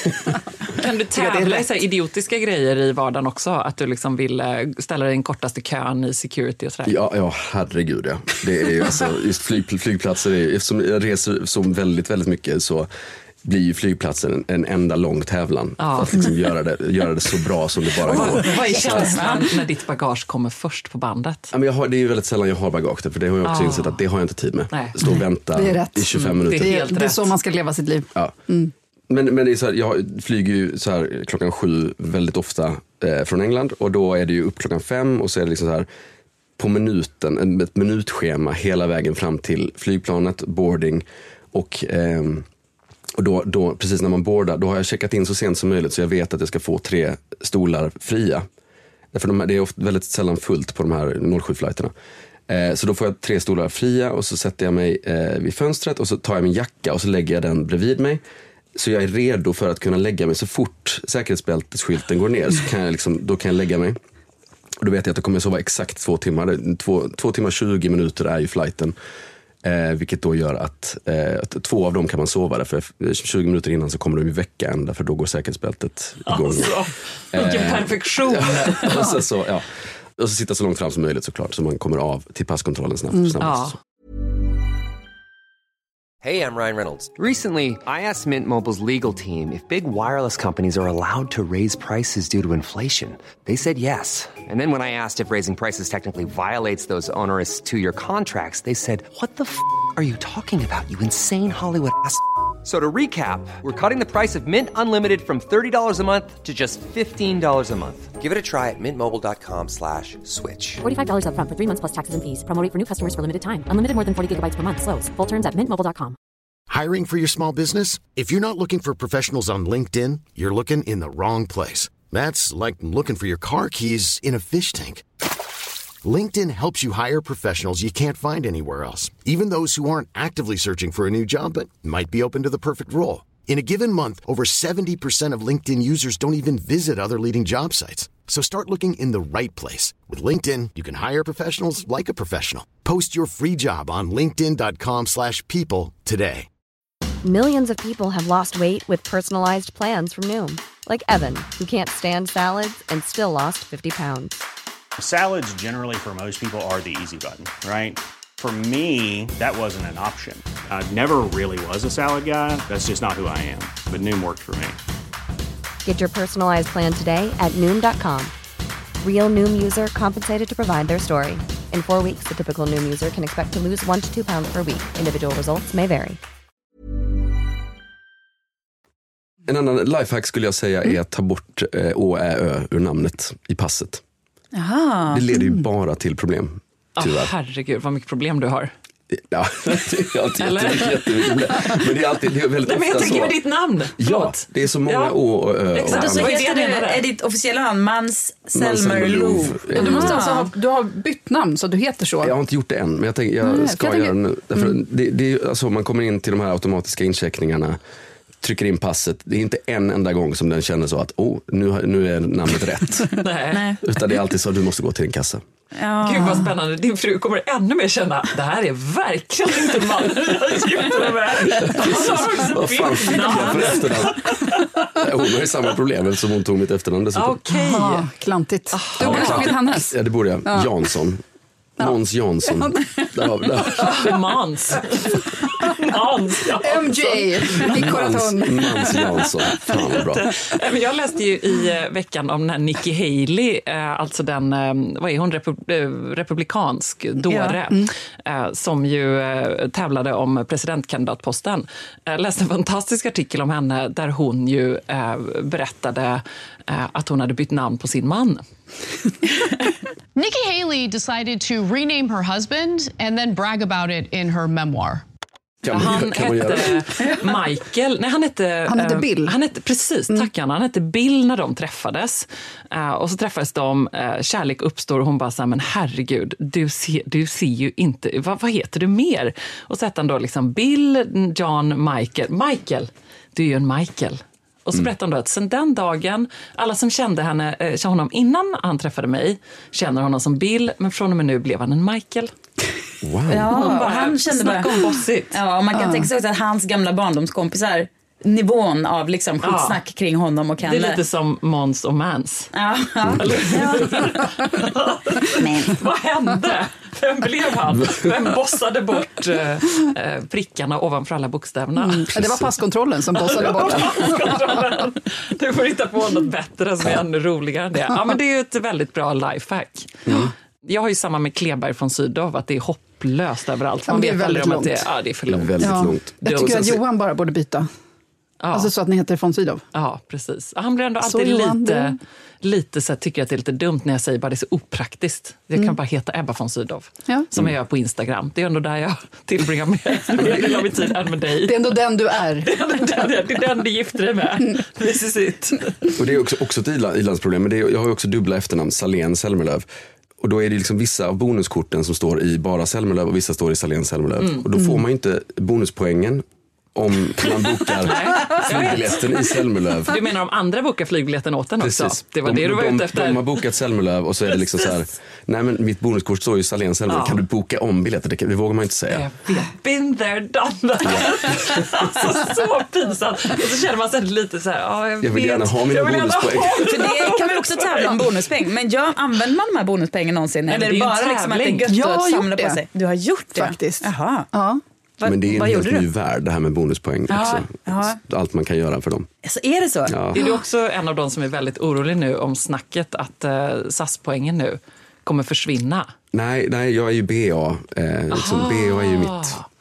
Kan du att det är tävla i rätt. så här idiotiska grejer i vardagen också? Att du liksom vill eh, ställa dig i den kortaste kön i security och sådär? Ja, ja, herregud ja. Det är ju alltså, just flyg, flygplatser, är, ju- eftersom jag reser så väldigt, väldigt mycket så blir ju flygplatsen en, en enda lång tävlan. Ja. För att liksom göra, det, göra det så bra som det bara går. Vad är känslan när ditt bagage kommer först på bandet? Ja, men jag har, det är ju väldigt sällan jag har bagage där, för det har jag också Ah. insett att det har jag inte tid med. Nej. Stå och vänta Det är rätt. i tjugofem Mm, minuter. det Det är, Helt det är rätt. så man ska leva sitt liv. Ja. Men, men det är så här, jag flyger ju så här klockan sju väldigt ofta eh, från England och då är det ju upp klockan fem och så är det liksom så här på minuten, en- ett minutschema hela vägen fram till flygplanet, boarding och, ehm, och då, då, precis när man boardar, då har jag checkat in så sent som möjligt så jag vet att jag ska få tre stolar fria. För de här, det är ofta väldigt sällan fullt på de här noll sju-flighterna. Eh, så då får jag tre stolar fria och så sätter jag mig eh, vid fönstret och så tar jag min jacka och så lägger jag den bredvid mig. Så jag är redo för att kunna lägga mig så fort säkerhetsbältesskylten går ner så kan jag liksom, då kan jag lägga mig. Och då vet jag att jag kommer sova exakt två timmar. Två, två timmar tjugo minuter är ju flighten. Eh, vilket då gör att, eh, att två av dem kan man sova där. För tjugo minuter innan så kommer de ju väcka en, för då går säkerhetsbältet igång. Alltså, vilken Eh, perfektion! och, så, så, ja. och så sitta så långt fram som möjligt såklart. Så man kommer av till passkontrollen snabbt. Ja. snabbast. Hey, I'm Ryan Reynolds. Recently, I asked Mint Mobile's legal team if big wireless companies are allowed to raise prices due to inflation. They said yes. And then when I asked if raising prices technically violates those onerous two-year contracts, they said, "What the f*** are you talking about, you insane Hollywood ass?" So to recap, we're cutting the price of Mint Unlimited from thirty dollars a month to just fifteen dollars a month. Give it a try at mintmobile.com slash switch. forty-five dollars up front for three months plus taxes and fees. Promo rate for new customers for limited time. Unlimited more than forty gigabytes per month. Slows full terms at mint mobile dot com. Hiring for your small business? If you're not looking for professionals on LinkedIn, you're looking in the wrong place. That's like looking for your car keys in a fish tank. LinkedIn helps you hire professionals you can't find anywhere else, even those who aren't actively searching for a new job but might be open to the perfect role. In a given month, over seventy percent of LinkedIn users don't even visit other leading job sites. So start looking in the right place. With LinkedIn, you can hire professionals like a professional. Post your free job on linkedin dot com slash people today. Millions of people have lost weight with personalized plans from Noom. Like Evan, who can't stand salads and still lost fifty pounds. Salads generally for most people are the easy button, right? For me, that wasn't an option. I never really was a salad guy. That's just not who I am. But Noom worked for me. Get your personalized plan today at Noom dot com. Real Noom user compensated to provide their story. In four weeks, the typical Noom user can expect to lose one to two pounds per week. Individual results may vary. En annan lifehack skulle jag säga är att ta bort eh, å, ä, ö ur namnet i passet. Aha. Det leder ju bara till problem, tyvärr. Oh, herregud, vad mycket problem du har. Ja, det är alltid jättemycket, jättemycket problem. Men det är alltid, det är väldigt Nej, men jag ofta tänker så. med ditt namn. Ja, det är så många Ja. å och ö. Exakt, och Så Vad är heter det du, du menar? är ditt officiella namn Mans Selmer Selmerloo? Loof. Du måste alltså ha, du har bytt namn så du heter så. Jag har inte gjort det än, men jag, tänker, jag Nej, ska jag tänker- göra det nu. Därför mm. det, det är, alltså, man kommer in till de här automatiska incheckningarna, trycker in passet. Det är inte en enda gång som den känner så att oh, nu, nu är namnet rätt. Nej. Nej. Utan det är alltid så att du måste gå till din kassa. Ja. Gud vad spännande. Din fru kommer ännu mer känna, det här är verkligen inte mannen jag gifte mig med. Vad fan fick jag för efternamn? Hon har ju samma problem som hon tog mitt efternamn dessutom. Okej. Ah, klantigt. Du borde ha tagit hennes. Ja, det borde jag. Ja. Jansson. Måns Jansson. Där har vi det. Mans. Mans. Ja. M J i Coraton. Mans, Mans Jansson. Fan vad bra. Men jag läste ju i eh, veckan om den här Nikki Haley, eh, alltså den, eh, vad är hon, Repu- eh, republikansk dåre, Ja. Mm. eh, som ju eh, tävlade om presidentkandidatposten. Jag läste en fantastisk artikel om henne där hon ju eh, berättade eh, att hon hade bytt namn på sin man. Nikki Haley decided to rename her husband and then brag about it in her memoir. Kan man, Han kan man göra hette Michael, nej han hette, Han hette eh, Bill. Han hette, precis, tack Anna, han hette Bill när de träffades. Eh, och så träffades de, uh, kärlek uppstår och hon bara så här, men herregud, du ser, du ser ju inte, vad, vad heter du mer? Och så hette han då liksom Bill, John, Michael. Michael, du är ju en Michael. Och så berättade han då att sen den dagen, alla som kände henne, eh, honom innan han träffade mig, känner honom som Bill, men från och med nu blev han en Michael. Wow. Ja, och han kände bara... Snacka om bossigt. Ja, och man kan Ja. tänka sig också att hans gamla barndomskompisar, nivån av liksom skitsnack Ja. kring honom och Det Kalle. är lite som Måns och Mans. Ja, ja. Men. Vad hände? Vem blev han? Vem bossade bort eh, eh, prickarna ovanför alla bokstäverna? Mm. Ja, det var passkontrollen som bossade bort. Passkontrollen. Du får hitta på något bättre som är ännu roligare än det. Ja, men det är ju ett väldigt bra lifehack. Mm. Jag har ju samma med Kleberg från Sydow, att det är hopplöst överallt. Ja, det är vet väldigt aldrig om att långt. Det, ja, det är för långt. Väldigt Ja. långt. Jag tycker att Johan bara borde byta. Ja. Alltså så att ni heter von Sydow. Ja, precis. Han blir ändå Så alltid Johan, lite, lite så här, tycker att det är lite dumt när jag säger bara det är så opraktiskt. Jag kan Mm. bara heta Ebba von Sydow, Ja. som jag gör på Instagram. Det är ändå där jag tillbringar mer del av min tid än med dig. Det är ändå den du är. Det är den, det är den du gifter dig med. This is it. Och det är också, också ett ilandsproblem. Men det är, jag har ju också dubbla efternamn, Salén Selmerlöv. Och då är det liksom vissa av bonuskorten som står i bara Selmerlöv och vissa står i Salén Selmerlöv. Mm. Och då får man ju inte bonuspoängen om man bokar flygbiljetten i Selmerlöv. Du menar om andra bokar flygbiljetten åt den också? Precis. Det var de, det du var de, ute efter. De har bokat Selmerlöv och så är det liksom så här, nej men mitt bonuskort står ju Salén Selmerlöv, Ja. kan du boka om biljetter? Det, kan, det vågar man inte säga. Jag vet, been there, done that. Alltså, så pinsamt. Och så känner man sig lite så här, ja, jag, Jag vill vet. gärna ha mina Jag vill gärna bonuspoäng. ha För det kan man också tävla om bonuspeng. Men jag, använder man de här bonuspengen någonsin? Nej, Eller men är det det är ju bara en liksom att det är tävling. gött Jag har att samla gjort på det. sig? Du har gjort det? Faktiskt. Jaha. Ja. Vad, Men det är en vad helt gjorde ny du? värld det här med bonuspoäng Ja, också. ja. Allt man kan göra för dem. Så är det så? Ja. Är du också en av de som är väldigt orolig nu om snacket att uh, S A S-poängen nu kommer försvinna? Nej, nej, jag är ju B A. Eh, liksom B A är ju mitt.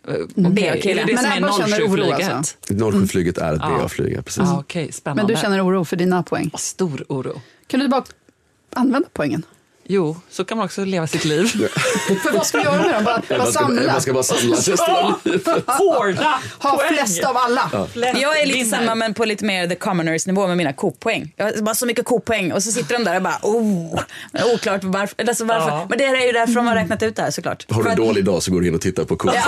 Mm. Okay. Är det det som är noll sju-flyget? Alltså. noll sju-flyget är ett B A-flyg, precis. Ah, okay. Spännande. Men du känner oro för dina poäng? Stor oro. Kan du bara använda poängen? Jo, så kan man också leva sitt liv. För vad ska du göra med dem? Bara, bara samla? Man ska bara samla Hårda Ha flest av alla. Ja. Jag är lite samma, men på lite mer the commoners nivå med mina Coop-poäng. Jag har bara så mycket Coop-poäng och så sitter de där och bara, oh, oklart varför. Alltså varför. Ja. Men det är ju därför de har räknat ut det här såklart. Har du en att... dålig dag så går du in och tittar på Coop. Ja.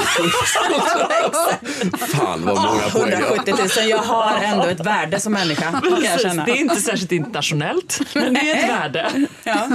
Fan vad många oh, poäng. hundrasjuttio tusen, jag har ändå ett värde som människa. Kan jag känna. Det är inte särskilt internationellt, men det är ett värde. Ja.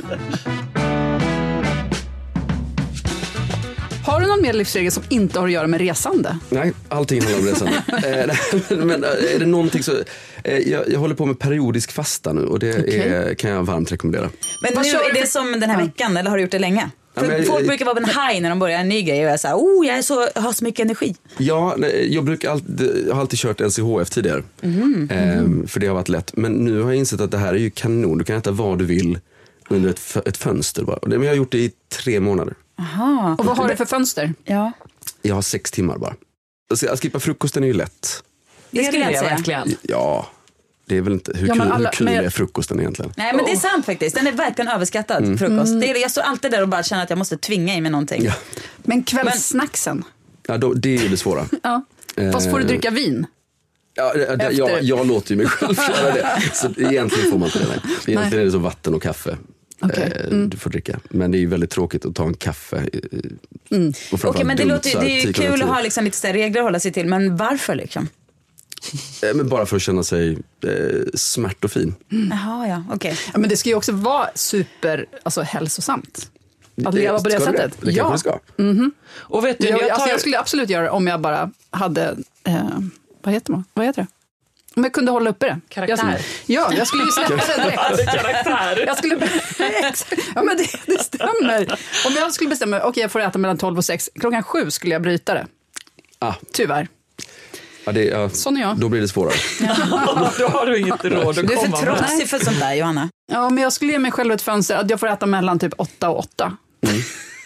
Har du någon mer livsregel som inte har att göra med resande? Nej, allting handlar om resande. eh, men är det någonting så... Eh, jag, jag håller på med periodisk fasta nu och det okay. är, kan jag varmt rekommendera. Men nu är det som den här veckan, eller har du gjort det länge? För ja, men, folk brukar vara en high när de börjar en ny grej och jag säger, oh, jag, är så, jag har så mycket energi. Ja, jag, brukar alltid, jag har alltid kört L C H F tidigare. Mm. Eh, för det har varit lätt. Men nu har jag insett att det här är ju kanon. Du kan äta vad du vill under ett, ett fönster bara. Men jag har gjort det i tre månader. Aha. Och vad har du för fönster? Ja. Jag har sex timmar bara. Alltså, att skippa frukosten är ju lätt. Det skulle jag säga. Verkligen. Ja, det är väl inte... Hur ja, kul, alla, hur kul men... är frukosten egentligen? Nej, men det är sant faktiskt. Den är verkligen överskattad, mm. frukost. Mm. Det är, jag står alltid där och bara känner att jag måste tvinga i mig någonting. Ja. Men kvällssnacksen? Ja, då, det är ju det svåra. Ja. Fast får du dricka vin? Ja, det, jag, jag låter ju mig själv göra det. Så egentligen får man inte det. Nej. Egentligen Nej. är det så vatten och kaffe. Okay. Mm. Du får dricka. Men det är ju väldigt tråkigt att ta en kaffe. Mm. Okej, okay, men det, låter, det är ju kul att ha liksom lite större regler att hålla sig till. Men varför liksom? Men bara för att känna sig eh, smärt och fin. Mm. Jaha, ja, okej. Okay. Ja, men det ska ju också vara super, alltså hälsosamt. Att leva på det ska sättet. Det, det ja. kanske ska. Mm-hmm. Och vet du, jag, jag, tar... alltså, jag skulle absolut göra det om jag bara hade, eh, vad heter man? Vad heter det? Om jag kunde hålla uppe det. Karaktär. Jag, ja, jag skulle ju släppa det direkt. Karaktär. Jag skulle, ja, men det, det stämmer. Om jag skulle bestämma, okej, okay, jag får äta mellan tolv och sex. Klockan sju skulle jag bryta det. Ah. Tyvärr. Ja, det, ja, Sån är jag. Då blir det svårare. Ja, då har du inget råd att komma med. Du är för trotsig för sånt där, Johanna. Ja, men jag skulle ge mig själv ett fönster att jag får äta mellan typ åtta och åtta. Mm.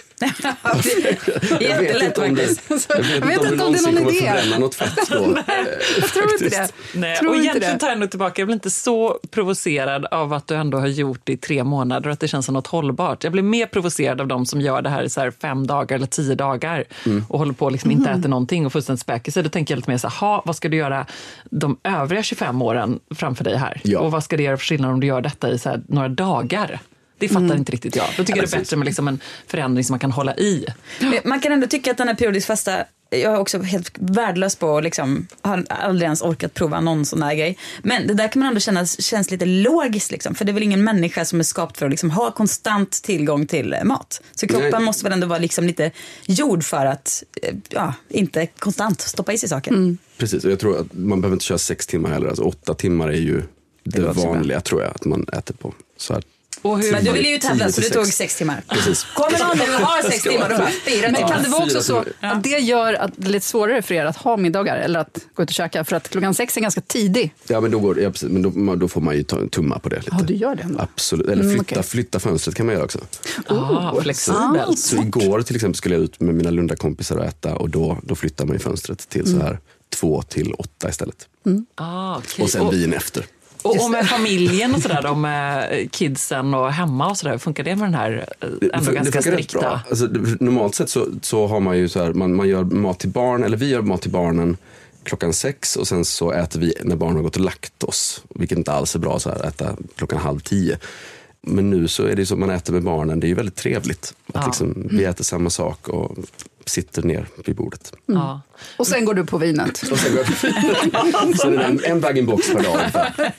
Jättelätt faktiskt. Jag vet inte, jag vet inte om, om du någonsin kommer förbränna något fett då. Jag tror inte det. Nej. Tror och inte egentligen det. tar jag ändå tillbaka. Jag blir inte så provocerad av att du ändå har gjort det i tre månader och att det känns som något hållbart. Jag blir mer provocerad av de som gör det här i så här fem dagar eller tio dagar mm. och håller på liksom inte mm. äter någonting och fullständigt späker sig. Då tänker jag lite mer så här, vad ska du göra de övriga tjugofem åren framför dig här? Ja. Och vad ska det göra för skillnad om du gör detta i så här några dagar? Det fattar mm. inte riktigt jag. Då tycker jag det är bättre med liksom en förändring som man kan hålla i. Man kan ändå tycka att den här periodisk fasta, jag är också helt värdelös på liksom, har aldrig ens orkat prova någon sån här grej. Men det där kan man ändå känna känns lite logiskt liksom, för det är väl ingen människa som är skapt för att liksom ha konstant tillgång till mat. Så kroppen Nej. måste väl ändå vara liksom lite gjord för att ja, inte konstant stoppa i sig saker. Mm. Precis, och jag tror att man behöver inte köra sex timmar heller. Alltså åtta timmar är ju det, det vanliga tror jag att man äter på. Så här. Hur... Men du ville ju tävla så du tog sex timmar. Precis. Kommer någon nu och har sex timmar och fyra Men kan det vara också så att det gör att det är lite svårare för er att ha middagar eller att gå ut och käka för att klockan sex är ganska tidig? Ja, men då, går, ja, precis, men då, då får man ju ta, tumma på det lite. Ja, du gör det ändå. Absolut. Eller flytta, mm, okay. flytta fönstret kan man göra också. Oh, flexibelt. Så, så igår till exempel skulle jag ut med mina Lunda-kompisar och äta och då, då flyttar man ju fönstret till mm. så här två till åtta istället. Mm. Ah, okay. Och sen vin efter. Och, och med familjen och sådär, de med kidsen och hemma och sådär, funkar det med den här ändå det, ganska det strikta? Bra. Alltså, normalt sett så, så har man ju så här, man, man gör mat till barn, eller vi gör mat till barnen klockan sex och sen så äter vi när barnen har gått och lagt oss, vilket inte alls är bra så här, äta klockan halv tio. Men nu så är det så att man äter med barnen, det är ju väldigt trevligt att ja. liksom, vi äter samma sak och sitter ner vid bordet. Mm. Ja. Och sen går du på vinet. Och sen går jag på vinet. Så det är en, en bag-in-box per dag.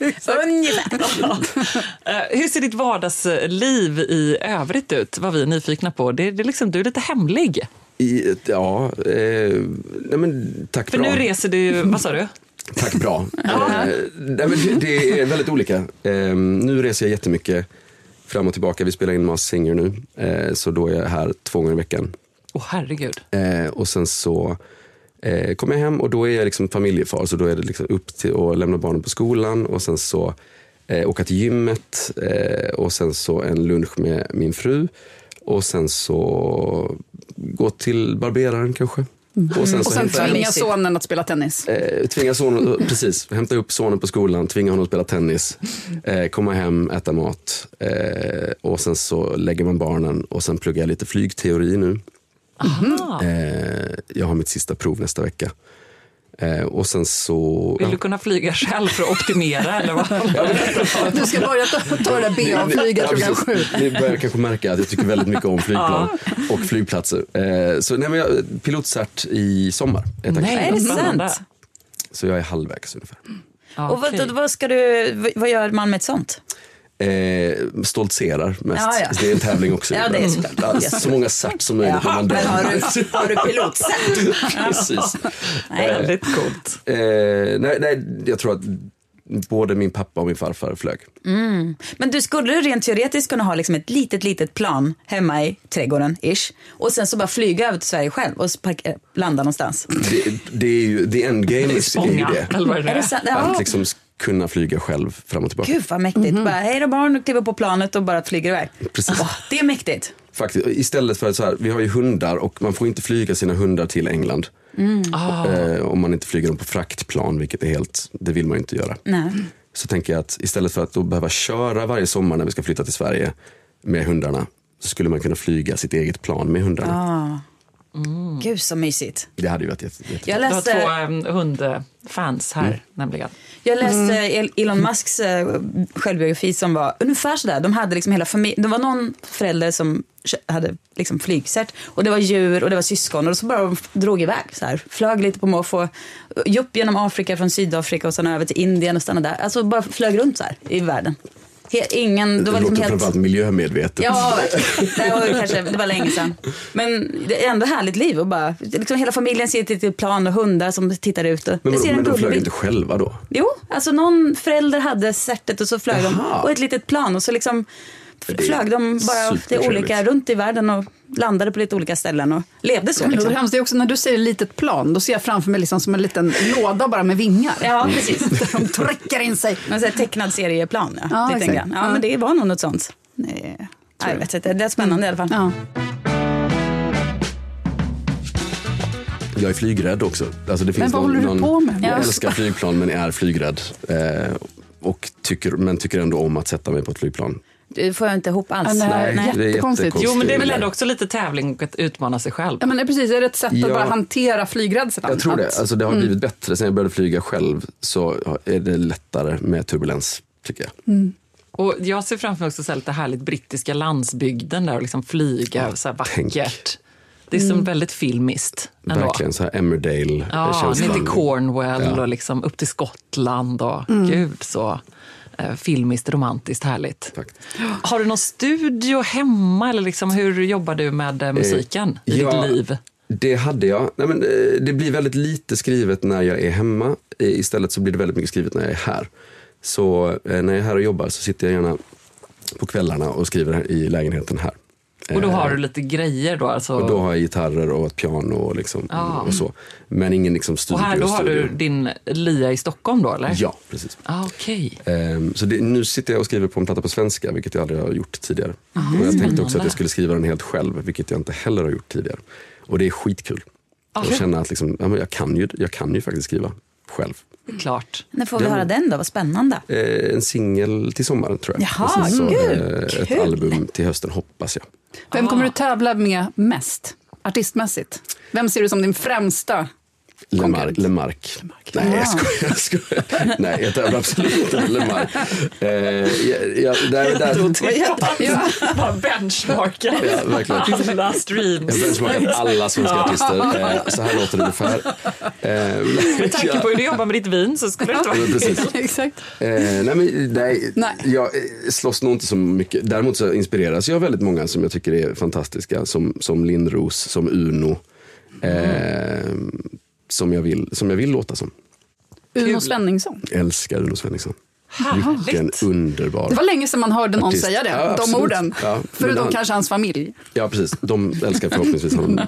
Hur ser ditt vardagsliv i övrigt ut? Vad vi är nyfikna på. Det, det är liksom, du är lite hemlig. I, ja, eh, nej men tack För bra. nu reser du, vad sa du? Tack bra. eh, nej men det, det är väldigt olika. Eh, nu reser jag jättemycket fram och tillbaka. Vi spelar in Masked Singer nu. Eh, så då är jag här två gånger i veckan. Åh, oh, herregud. Eh, och sen så eh, kommer jag hem och då är jag liksom familjefar. Så då är det liksom upp till att lämna barnen på skolan. Och sen så eh, åka till gymmet. Eh, och sen så en lunch med min fru. Och sen så gå till barberaren kanske. Mm. Och sen, och sen tvinga sonen att spela tennis. Eh, tvinga sonen, precis, hämta upp sonen på skolan, tvinga honom att spela tennis, eh, komma hem, äta mat eh, och sen så lägger man barnen och sen pluggar jag lite flygteori nu. Aha. Eh, jag har mitt sista prov nästa vecka. Eh, och sen så... Vill ja. du kunna flyga själv för att optimera eller vad? Du ska börja ta, ta det där B A-flyget klockan sju. Ni börjar kanske märka att jag tycker väldigt mycket om flygplan och flygplatser. Eh, så nej, men jag pilotcert i sommar. Nej, är det sant? Så jag är halvvägs ungefär. Ah, och vad, vad, ska du, vad gör man med ett sånt? Eh, stoltserar mest. Ja, ja. Det är en tävling också. Ja, det är så, ja, så många cert som möjligt. Jaha, men har du, har du pilotcert? Precis. Väldigt coolt. Eh, nej, nej, jag tror att både min pappa och min farfar flög. Mm. Men du skulle rent teoretiskt kunna ha liksom ett litet, litet plan hemma i trädgården, ish. Och sen så bara flyga över till Sverige själv och park- landa någonstans. Det, det är ju, the endgame är ju det. Är det sant? Ja. Att liksom kunna flyga själv fram och tillbaka. Gud vad mäktigt. Mm-hmm. Bara, hej då barn, kliva på planet och bara flyger iväg. Precis. Oh, det är mäktigt. Faktiskt, istället för att så här, vi har ju hundar och man får inte flyga sina hundar till England. Mm. Ah. Eh, om man inte flyger dem på fraktplan, vilket är helt, det vill man ju inte göra. Nej. Så tänker jag att istället för att då behöva köra varje sommar när vi ska flytta till Sverige med hundarna, så skulle man kunna flyga sitt eget plan med hundarna. Ah. Mm. Gud så mysigt. Det hade ju varit jätte, jätte. Jag läste... Du har två um, hundfans här mm. nämligen. Jag läste mm. Elon Musks uh, självbiografi som var ungefär sådär. De hade liksom hela familjen. Det var någon förälder som hade liksom flygcert. Och det var djur och det var syskon. Och så bara de drog iväg så här. Flög lite på måfå. Upp genom Afrika från Sydafrika och sen över till Indien och stannade där. Alltså bara flög runt så här i världen. Ingen, det, det var låter liksom framförallt helt... miljömedvetet. Ja, det var, kanske, det var länge sedan. Men det är ändå härligt liv. Och bara, liksom hela familjen sitter till plan och hundar som tittar ut. Och men jag ser men en de flög bild. inte själva då? Jo, alltså någon förälder hade certet och så flög Jaha. de. Och ett litet plan och så liksom flög de bara till olika runt i världen och landade på lite olika ställen och levde så. Liksom. Det är också när du säger litet plan, då ser jag framför mig liksom som en liten låda bara med vingar. Ja, precis. De trycker in sig. Man säger tecknad serieplan. Ja, ja, lite ja, ja, men det var nog något sånt. Nej, jag vet inte, det är spännande mm. i alla fall. Ja. Jag är flygrädd också. Alltså det finns men vad någon, håller du någon, på med? Jag ja. älskar flygplan men är flygrädd. Eh, och tycker, men tycker ändå om att sätta mig på ett flygplan. Det får jag inte ihop alls. Nej, nej. Nej, det är jättekonstigt. Jo, men det är väl ändå också lite tävling och att utmana sig själv. Ja, men det är precis. Är det ett sätt ja, att bara hantera flygrädslan? Jag tror det. Att... Alltså, det har mm. blivit bättre. Sen jag började flyga själv så är det lättare med turbulens, tycker jag. Mm. Och jag ser framför mig också så här lite härligt brittiska landsbygden där och liksom flyga ja, så här vackert. Tänk. Det är som mm. väldigt filmiskt. Ändå. Verkligen så här Emmerdale. Ja, ner till Cornwall ja. och liksom upp till Skottland och mm. gud så eh, filmiskt, romantiskt, härligt. Tack. Har du någon studio hemma eller liksom, hur jobbar du med eh, musiken eh, i ja, ditt liv? Det hade jag. Nej, men, eh, det blir väldigt lite skrivet när jag är hemma. Eh, istället så blir det väldigt mycket skrivet när jag är här. Så eh, när jag är här och jobbar så sitter jag gärna på kvällarna och skriver här i lägenheten här. Och då har du lite grejer då? Alltså... Och då har jag gitarrer och ett piano och, liksom, ah. och så. Men ingen liksom studio. Och här då har du din lia i Stockholm då, eller? Ja, precis. Ah, okay. um, så det, nu sitter jag och skriver på en platta på svenska, vilket jag aldrig har gjort tidigare. Mm. Och jag tänkte också att jag skulle skriva den helt själv, vilket jag inte heller har gjort tidigare. Och det är skitkul. Ah. Att känna att liksom, ja, men jag, kan ju, jag kan ju faktiskt skriva själv. Klart. När får vi ja. höra den då? Vad spännande. Eh, en singel till sommaren tror jag. Jaha, så, gud, eh, ett album till hösten hoppas jag. Vem kommer du tävla med mest? Artistmässigt? Vem ser du som din främsta Lemark. Lemark. Lemark. Nej, jag skojar, jag skojar. Nej, jag tävlar absolut inte med Lemark. Eh, jag, jag, där, där. Ja. Bara benchmarka. Ja, verkligen. Last dreams. Jag benchmarkar alla svenska artister. Eh, så här låter det ungefär. Eh, med tanke på hur du jobbar med ditt vin så skulle det inte vara... Ja, precis. Exakt. Eh, nej, men, nej, nej. Jag slåss nog inte så mycket. Däremot så inspireras jag av väldigt många som jag tycker är fantastiska. Som, som Lindros, som Uno. Eh, Som jag, vill, som jag vill låta som. Uno Svenningsson. Älskar Uno Svenningsson. Härligt. Vilken underbar. Det var länge sedan man hörde någon artist. säga det. Ja, de absolut. orden. Ja, Förutom han, kanske hans familj. Ja, precis. De älskar förhoppningsvis honom.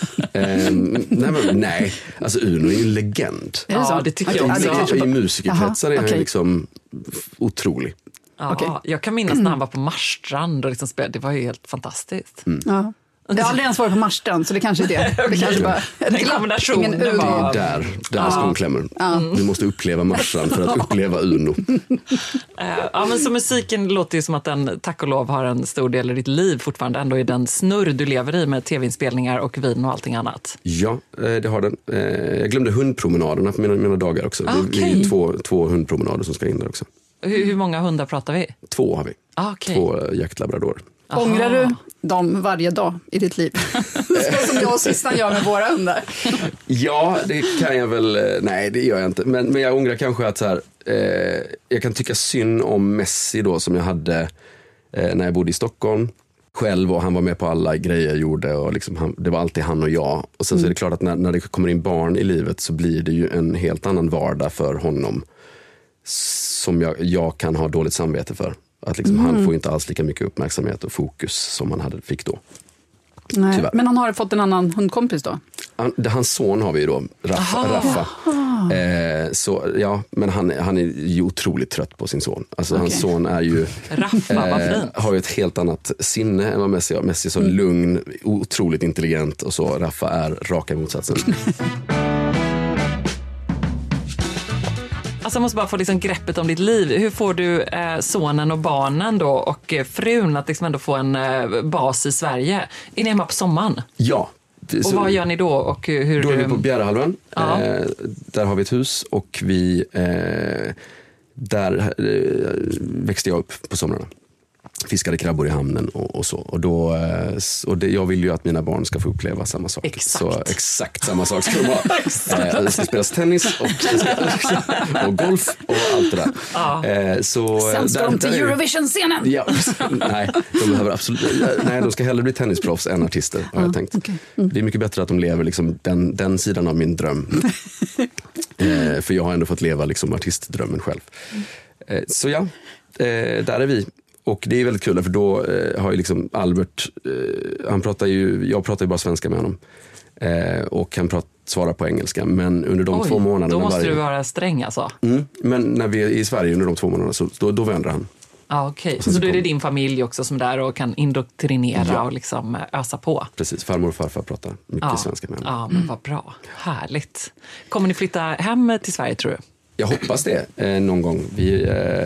ehm, nej, men, nej, alltså Uno är ju en legend. Är det ja, det tycker jag också. Ja, I musikerkretsar är han okay. liksom otrolig. Ja, okay. Jag kan minnas när han var på Marstrand och liksom spelade. Det var ju helt fantastiskt. Mm. Ja. Jag har aldrig ens varit på Marstrand, så det kanske är det. Det kanske bara en kombination. Ingen det är där, där ja. skon klämmer. Ja. Du måste uppleva Marstrand för att uppleva Uno. Ja, men så musiken låter ju som att den, tack och lov, har en stor del i ditt liv fortfarande. Ändå i den snurr du lever i med tv-inspelningar och vin och allting annat. Ja, det har den. Jag glömde hundpromenaderna på mina, mina dagar också. Okay. Det är två, två hundpromenader som ska in där också. Hur, hur många hundar pratar vi? Två har vi. Okay. Två jaktlabrador. Aha. Ångrar du dem varje dag i ditt liv? Så som jag och Sistan gör med våra hundar. Ja, det kan jag väl. Nej, det gör jag inte. Men, men jag ångrar kanske att så här, eh, jag kan tycka synd om Messi då, som jag hade eh, när jag bodde i Stockholm själv, och han var med på alla grejer jag gjorde, och liksom han, det var alltid han och jag. Och sen mm. så är det klart att när, när det kommer in barn i livet så blir det ju en helt annan vardag för honom som jag, jag kan ha dåligt samvete för. Att liksom mm. han får inte alls lika mycket uppmärksamhet och fokus som han hade, fick då. Nej. Tyvärr. Men han har fått en annan hundkompis då? Han, det, hans son har vi ju då, Raffa. Raffa. Eh, så, ja, men han, han är ju otroligt trött på sin son. Alltså, okay. Hans son är ju, Raffa, eh, har ju ett helt annat sinne än vad Messi har. Messi är så mm. lugn, otroligt intelligent, och så Raffa är raka motsatsen. Alltså jag måste bara få liksom greppet om ditt liv. Hur får du eh, sonen och barnen då och eh, frun att liksom ändå få en eh, bas i Sverige? Är ni hemma på sommaren? Ja. Och så, vad gör ni då? Och hur, då är vi på Bjärehalvön. Ja. Eh, där har vi ett hus, och vi eh, där eh, växte jag upp på somrarna. Fiskade krabbor i hamnen och, och så. Och, då, och det, jag vill ju att mina barn ska få uppleva samma sak. Exakt. Så exakt samma sak ska de ha. eh, det ska spelas tennis och, och golf och allt det där. Ja. Eh, så, Sen ska de till Eurovision-scenen. Ja, nej, de behöver absolut, nej, de ska hellre bli tennisproffs än artister, har jag tänkt. Okay. Mm. Det är mycket bättre att de lever liksom den, den sidan av min dröm. eh, för jag har ändå fått leva liksom artistdrömmen själv. Eh, så ja, eh, där är vi. Och det är väldigt kul, för då eh, har ju liksom Albert, eh, han pratar ju, jag pratar ju bara svenska med honom. Eh, och han pratar, svarar på engelska. Men under de Oj, två månaderna... Då måste varje... du vara sträng alltså. Mm, men när vi är i Sverige under de två månaderna, så då, då vänder han. Ja, okej. Okay. Så, så då är det din familj också som är där och kan indoktrinera ja. och liksom ösa på. Precis, farmor och farfar pratar mycket ja. svenska med honom. Ja, men vad bra. Härligt. Kommer ni flytta hem till Sverige, tror du? Jag hoppas det eh, någon gång. Vi,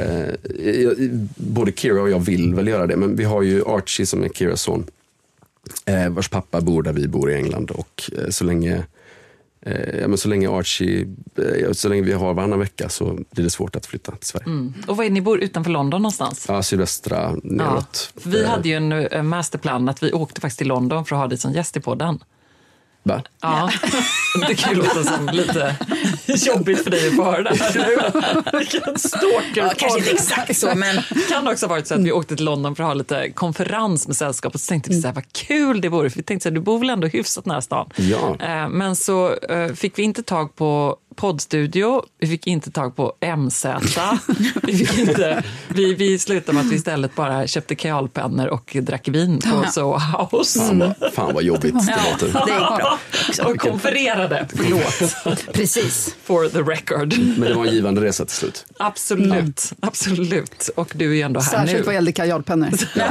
eh, både Kira och jag vill väl göra det, men vi har ju Archie som är Kiras son, eh, vars pappa bor där vi bor i England, och eh, så länge eh, ja, men så länge Archie eh, så länge vi har varannan vecka så blir det svårt att flytta till Sverige. Mm. Och vad är ni bor utanför London någonstans? Ja, sydvästra neråt. Ja. Vi hade ju en uh, masterplan att vi åkte faktiskt till London för att ha dig som gäst i podden. Va? Ja, det kan ju låta som lite jobbigt för dig att få höra det här. Vilken stalker. Ja, kanske inte exakt så, men... Det kan också ha varit så att vi åkte till London för att ha lite konferens med sällskap, och så tänkte vi så här, vad kul det vore, för vi tänkte så här, du bor väl ändå hyfsat nära stan. Ja. Men så fick vi inte tag på poddstudio, vi fick inte tag på M Z. Vi, fick inte, vi, vi slutade med att vi istället bara köpte kajalpennor och drack vin på Soho House. Mm. Fan vad jobbigt det ja, låter. Det är bra. Och konfererade, förlåt. Precis. For the record. Men det var en givande resa till slut. Absolut, mm. absolut. Och du är ju ändå här särskilt nu. Särskilt vad gällde kajalpennor. Ja.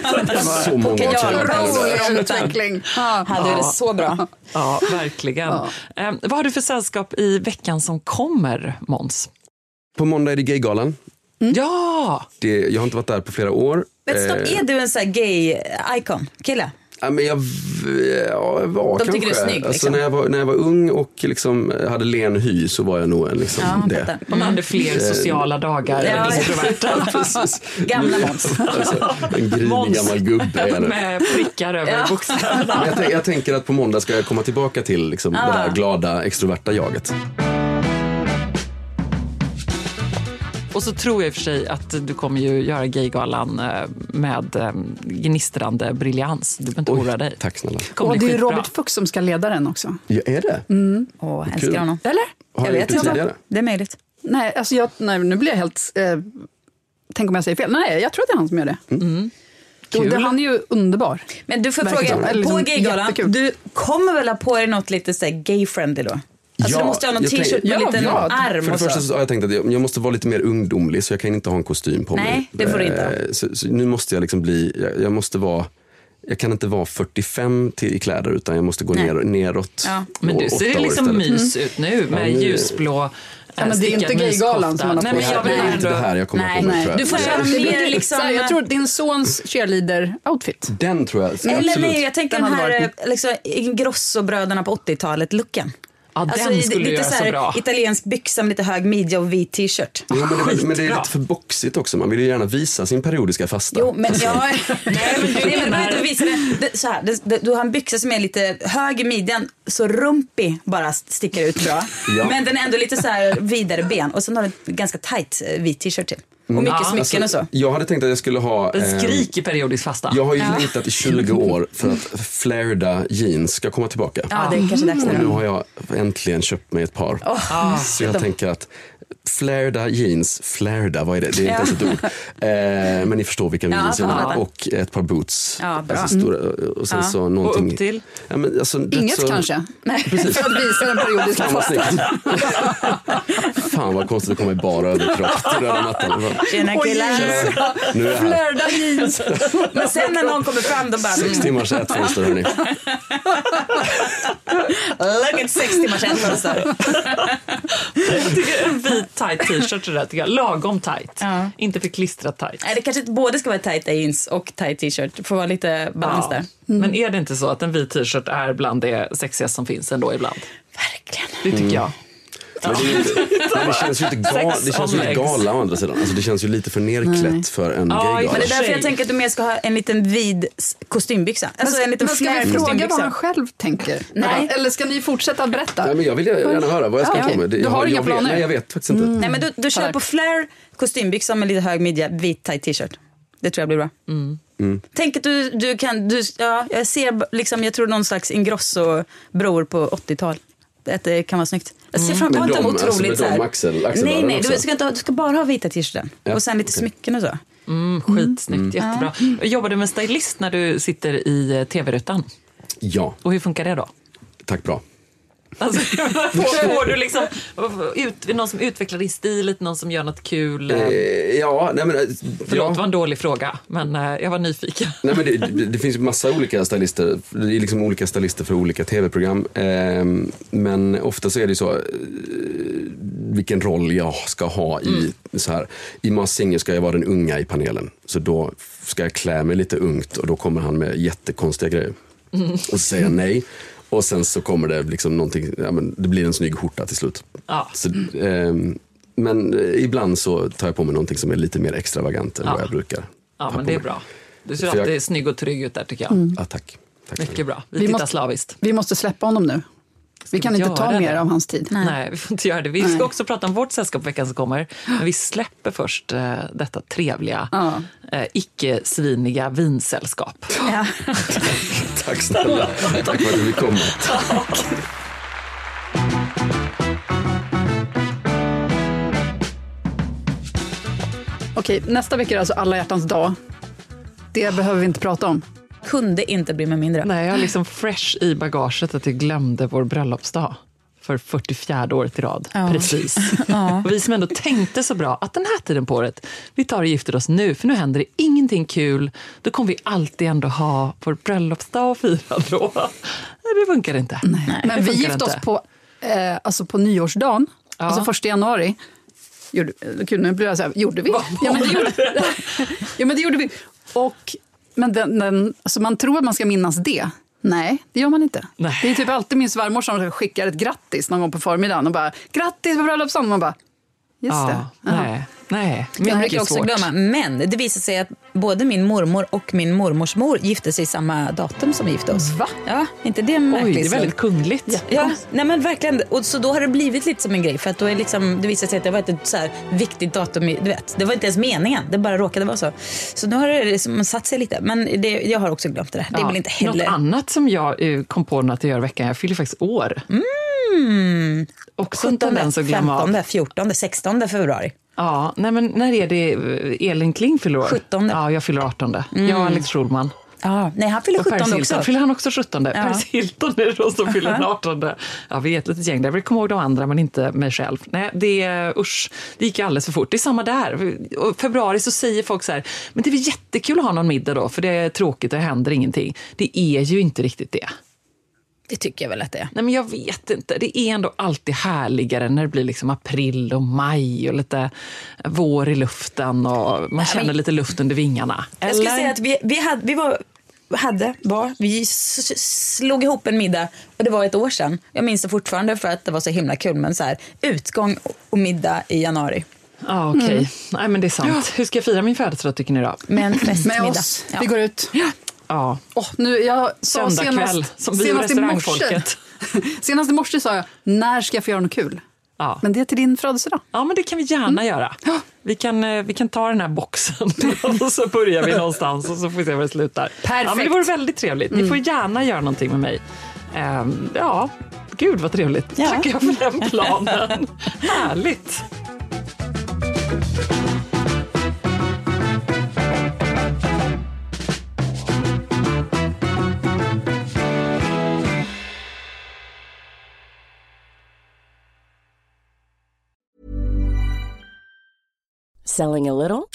Så många kajalpennor. Utveckling. Ja. Hade ja. det så bra. Ja, verkligen. Ja. Eh, vad har du för sällskap i veckan som kommer, Måns? På måndag är det Gaygalan. Mm. Ja! Det, jag har inte varit där på flera år. Men stopp, är du en sån här gay-icon, kille? Ja, men jag, ja, jag var De kanske. tycker du är snygg, liksom. Alltså, när, jag var, när jag var ung och liksom hade len hy, så var jag nog en liksom ja, det. Mm. Man hade fler sociala dagar. Ja, ja. Precis. Gamla Måns. Alltså, en grinig Måns. Gammal gubbe. Med prickar över ja. bokstäverna. Jag, tänk, jag tänker att på måndag ska jag komma tillbaka till liksom, ah. det där glada, extroverta jaget. Och så tror jag i och för sig att du kommer ju göra Gaygalan med gnistrande briljans. Du behöver inte oroa dig. Tack snälla. Och det är Robert Fuchs som ska leda den också. Ja, är det? Mm. Åh, älskar honom. Eller? Har jag vet inte. Det, det är möjligt. Nej, alltså jag, nej, nu blir jag helt... Eh, tänk om jag säger fel. Nej, jag tror att det är han som gör det. Mm. Mm. Kul. Det, han är ju underbar. Men du får fråga, på liksom Gaygalan, du kommer väl ha på dig något lite så gay-friendly då? Alltså ja, du måste ha någon t-shirt tänk, med ja, liten ja. arm. För det och så. första så har jag tänkt att jag, jag måste vara lite mer ungdomlig, så jag kan inte ha en kostym på Nej, mig. Nej, det får du inte. Så, så nu måste jag liksom bli, jag, jag måste vara jag kan inte vara fyrtiofem till i kläder utan jag måste gå ner, neråt. Ja. Men du ser liksom mys ut nu med mm. ljusblå. Ja, men det är inte gaygalan som man har Nej, men jag det är vill inte det här jag kommer Nej, på mig, tror jag. Du får köra mer liksom... Så jag tror din sons cheerleader-outfit. Den tror jag, Eller absolut. nej, jag tänker den, den här liksom, Ingrosso-bröderna på åttiotalet-looken. Ja, den alltså, skulle lite göra så så här, bra. Italiensk byxa med lite hög midja och vit t-shirt. Jo, men, det, men det är lite för boxigt också. Man vill ju gärna visa sin periodiska fasta. Jo, men alltså. jag... Nej, men du menar inte visa det. det, så här, det, det du har en byxa som är lite hög i midjan, så rumpi bara sticker ut bra. Ja. Men den är ändå lite så här vidare ben. Och sen har du en ganska tight vit t-shirt till. Och mycket Ja, smycken alltså, och så. Jag hade tänkt att jag skulle ha... En skrik i periodisk fasta. Jag har ju Ja. längtat i tjugo år för att flärda jeans ska komma tillbaka. Ja, det är kanske dags Och nu. nu har jag äntligen köpt mig ett par. Oh, så jag de... tänker att flärda jeans, flärda, vad är det? Det är inte Ja. ens ett ord. Eh, men ni förstår vilka Ja, jeans jag menar. ja. Och ett par boots. Ja, bra. Alltså, stora, och sen Ja. så någonting... Och upp till? Ja, men, alltså, Inget så... kanske? Nej. Precis. För att visa den periodiska Fan vad fastan. snyggt. Fan vad konstigt att komma i bara överkropp till röda mattan. Tjena killar. Nu är jag här. Flärda jeans. Men sen när någon kommer fram då bara... Sex timmars ätfönster, hörni. Look at sex timmars ätfönster. Jag tycker en vit tight t-shirt så där, tycker jag. Lagom tight. Ja. Inte för klistrat tight. Nej, det kanske inte både ska vara tight jeans och tight t-shirt. Det får vara lite balans Ja. där. Men är det inte så att en vit t-shirt är bland det sexigaste som finns ändå ibland? Verkligen. Det tycker Mm. jag. Men det, är ju inte, men det känns ju inte, gal, det känns ju inte gala å andra sidan. Alltså det känns ju lite för nerklätt för en Ja, gaygala. Men det är därför jag tänker att du mer ska ha en liten vid s- kostymbyxa. Alltså en liten Men ska flare vi fråga vad kostymbyxa. han själv tänker? Nej. Eller ska ni fortsätta berätta? Ja, men jag vill gärna höra vad jag ska Ja, ta okej. med. Det, Du jag har inga jag planer? Vet, nej, jag vet faktiskt inte. Nej, men du, du kör Tack. på flare kostymbyxa med lite hög midja, vit tight t-shirt. Det tror jag blir bra. Mm. Tänk att du, du kan, du, ja, jag ser liksom, jag tror någon slags Ingrosso-bror på åttiotal. Att det kan vara snyggt. Jag ser fram Med emot dem, otroligt alltså med så här. dem axel, axelvarar Nej, nej, också. du ska, inte ha, du ska bara ha vita t-shirten. Ja, och sen lite okej. smycken och så. Mm, skitsnyggt, jättebra. Jobbar du med stylist när du sitter i tv-rutan? Ja, Och hur funkar det då? tack bra. Alltså, får, får du liksom ut, någon som utvecklar din stil, någon som gör något kul? Eh, ja, nej men... Förlåt, ja. det var en dålig fråga, men eh, jag var nyfiken. Nej, men det, det, det finns ju massa olika stylister. Det är liksom olika stylister för olika tv-program. Eh, men ofta så är det så eh, vilken roll jag ska ha i mm. så här. I Masked Singer ska jag vara den unga i panelen. Så då ska jag klä mig lite ungt och då kommer han med jättekonstiga grejer. Mm. Och så säger jag nej. Och sen så kommer det liksom någonting, ja, men det blir en snygg skjorta till slut. Ja. Så, eh, men eh, ibland så tar jag på mig någonting som är lite mer extravagant än Ja. vad jag brukar. Ja, ha men på det är mig. bra. Du ser För alltid jag- snygg och trygg ut där, tycker jag. Mm. Ja, tack. tack. Mycket bra. Vi, Vi tittar måste- slaviskt. Vi måste släppa honom nu. Vi kan inte ta göra mer det? av hans tid. Nej. vi får inte göra det. Vi ska också prata om vårt sällskap veckan som kommer. Men vi släpper först eh, detta trevliga, Ja. eh, icke-sviniga vinsällskap. Ja. Tack snälla. Tack för att du kom. Okej, nästa vecka är alltså alla hjärtans dag. Det behöver vi inte prata om. Kunde inte bli med mindre. Nej, jag har liksom fresh i bagaget att jag glömde vår bröllopsdag för fyrtiofjärde året i rad. Ja. Precis. Ja. Och vi som ändå tänkte så bra att den här tiden på året, vi tar och gifter oss nu, för nu händer det ingenting kul. Då kommer vi alltid ändå ha vår bröllopsdag och fira då. Nej, det funkar inte. Nej. Men det vi funkar gifte oss inte. på, eh, alltså på nyårsdagen, Ja. alltså första januari. Gjorde, gud, nu blir jag så här, gjorde vi? Ja, men det gjorde, ja, men det gjorde vi. Och, men den, den, alltså man tror att man ska minnas det. Nej, det gör man inte. Nej. Det är typ alltid min svärmor som skickar ett grattis någon gång på förmiddagen och bara, grattis på bröllopsdagen. Man bara, just Ja, det. Ja. nej, nej. Jag brukar Mycket också svårt. glömma, men det visar sig att både min mormor och min mormors mor gifte sig samma datum som vi gifte oss. Va? Ja, inte det märkligt? Oj, det är väldigt kungligt. Ja, ja, nej men verkligen. Och så då har det blivit lite som en grej. För att då är liksom, det visar sig att det var ett så här viktigt datum. Du vet, det var inte ens meningen. Det bara råkade vara så. Så nu har det liksom satt sig lite. Men det, jag har också glömt det där. Det är Ja, väl inte heller... Något annat som jag eh, kom på att jag gör i veckan, jag fyller faktiskt år. Mm. Också en tendens att glömma av. femtonde, fjortonde, sextonde februari. Ja, nej men när är det Elin Kling fyller år? sjuttonde. Ja, jag fyller artonde. Mm. Jag och Alex Schulman. Ah, nej, han fyller sjutton också. Fyller han också sjutton? Ja. Paris Hilton är det då som fyller den artonde. Ja, vi är ett litet gäng. Jag vill komma ihåg de andra, men inte mig själv. Nej, det är, usch, det gick alldeles för fort. Det är samma där. Och februari så säger folk så här, men det är väl jättekul att ha någon middag då, för det är tråkigt och det händer ingenting. Det är ju inte riktigt det. Det tycker jag väl att det är. Nej, men jag vet inte. Det är ändå alltid härligare när det blir liksom april och maj och lite vår i luften och man Nej, känner men... lite luft under vingarna. Eller? Jag skulle säga att vi, vi, hade, vi var, hade, var, vi slog ihop en middag och det var ett år sedan. Jag minns det fortfarande för att det var så himla kul, men så här, utgång och middag i januari. Ja, ah, okej. Okay. Mm. Nej, men det är sant. Ja. Hur ska jag fira min födelsedag tycker ni då? Med en festmiddag. Med oss. Ja. Vi går ut. Ja. Ja. Oh, nu, jag sa Söndagkväll, senast, som vi senast, i morse, senast i morse sa jag, när ska jag få göra något kul? Ja. Men det är till din födelsedag. Ja, men det kan vi gärna mm. göra. Ja. Vi, kan, vi kan ta den här boxen och så börjar vi någonstans och så får vi se var det slutar. Perfekt. Ja, men det vore väldigt trevligt. Mm. Ni får gärna göra någonting med mig. Um, ja, gud vad trevligt. Ja. Tackar jag för den planen. Härligt. Selling a little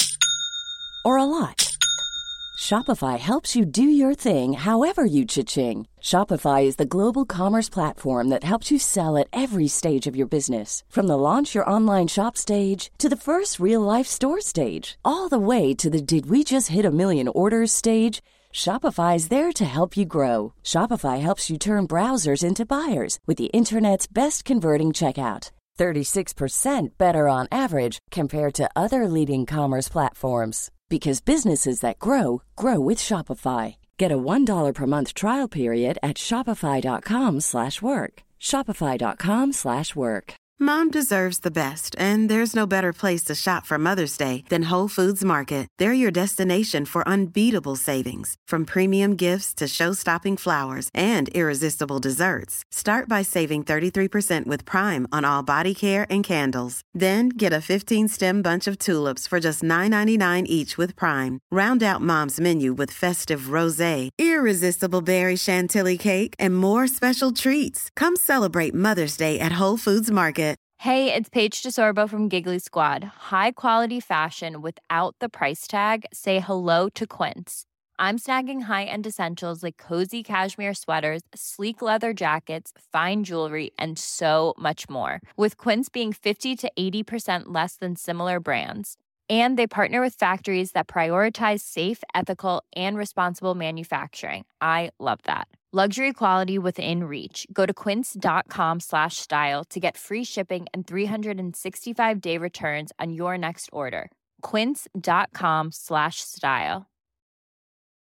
or a lot? Shopify helps you do your thing however you cha-ching. Shopify is the global commerce platform that helps you sell at every stage of your business. From the launch your online shop stage to the first real-life store stage, all the way to the did we just hit a million orders stage. Shopify is there to help you grow. Shopify helps you turn browsers into buyers with the internet's best converting checkout. thirty-six percent better on average compared to other leading commerce platforms. Because businesses that grow, grow with Shopify. Get a one dollar per month trial period at shopify.com slash work. Shopify.com slash work. Mom deserves the best, and there's no better place to shop for Mother's Day than Whole Foods Market. They're your destination for unbeatable savings, from premium gifts to show-stopping flowers and irresistible desserts. Start by saving thirty-three percent with Prime on all body care and candles. Then get a fifteen-stem bunch of tulips for just nine ninety-nine each with Prime. Round out Mom's menu with festive rosé, irresistible berry chantilly cake, and more special treats. Come celebrate Mother's Day at Whole Foods Market. Hey, it's Paige DeSorbo from Giggly Squad. High quality fashion without the price tag. Say hello to Quince. I'm snagging high-end essentials like cozy cashmere sweaters, sleek leather jackets, fine jewelry, and so much more. With Quince being fifty to eighty percent less than similar brands. And they partner with factories that prioritize safe, ethical, and responsible manufacturing. I love that. Luxury quality within reach. Go to quince.com slash style to get free shipping and three sixty-five day returns on your next order. Quince.com slash style.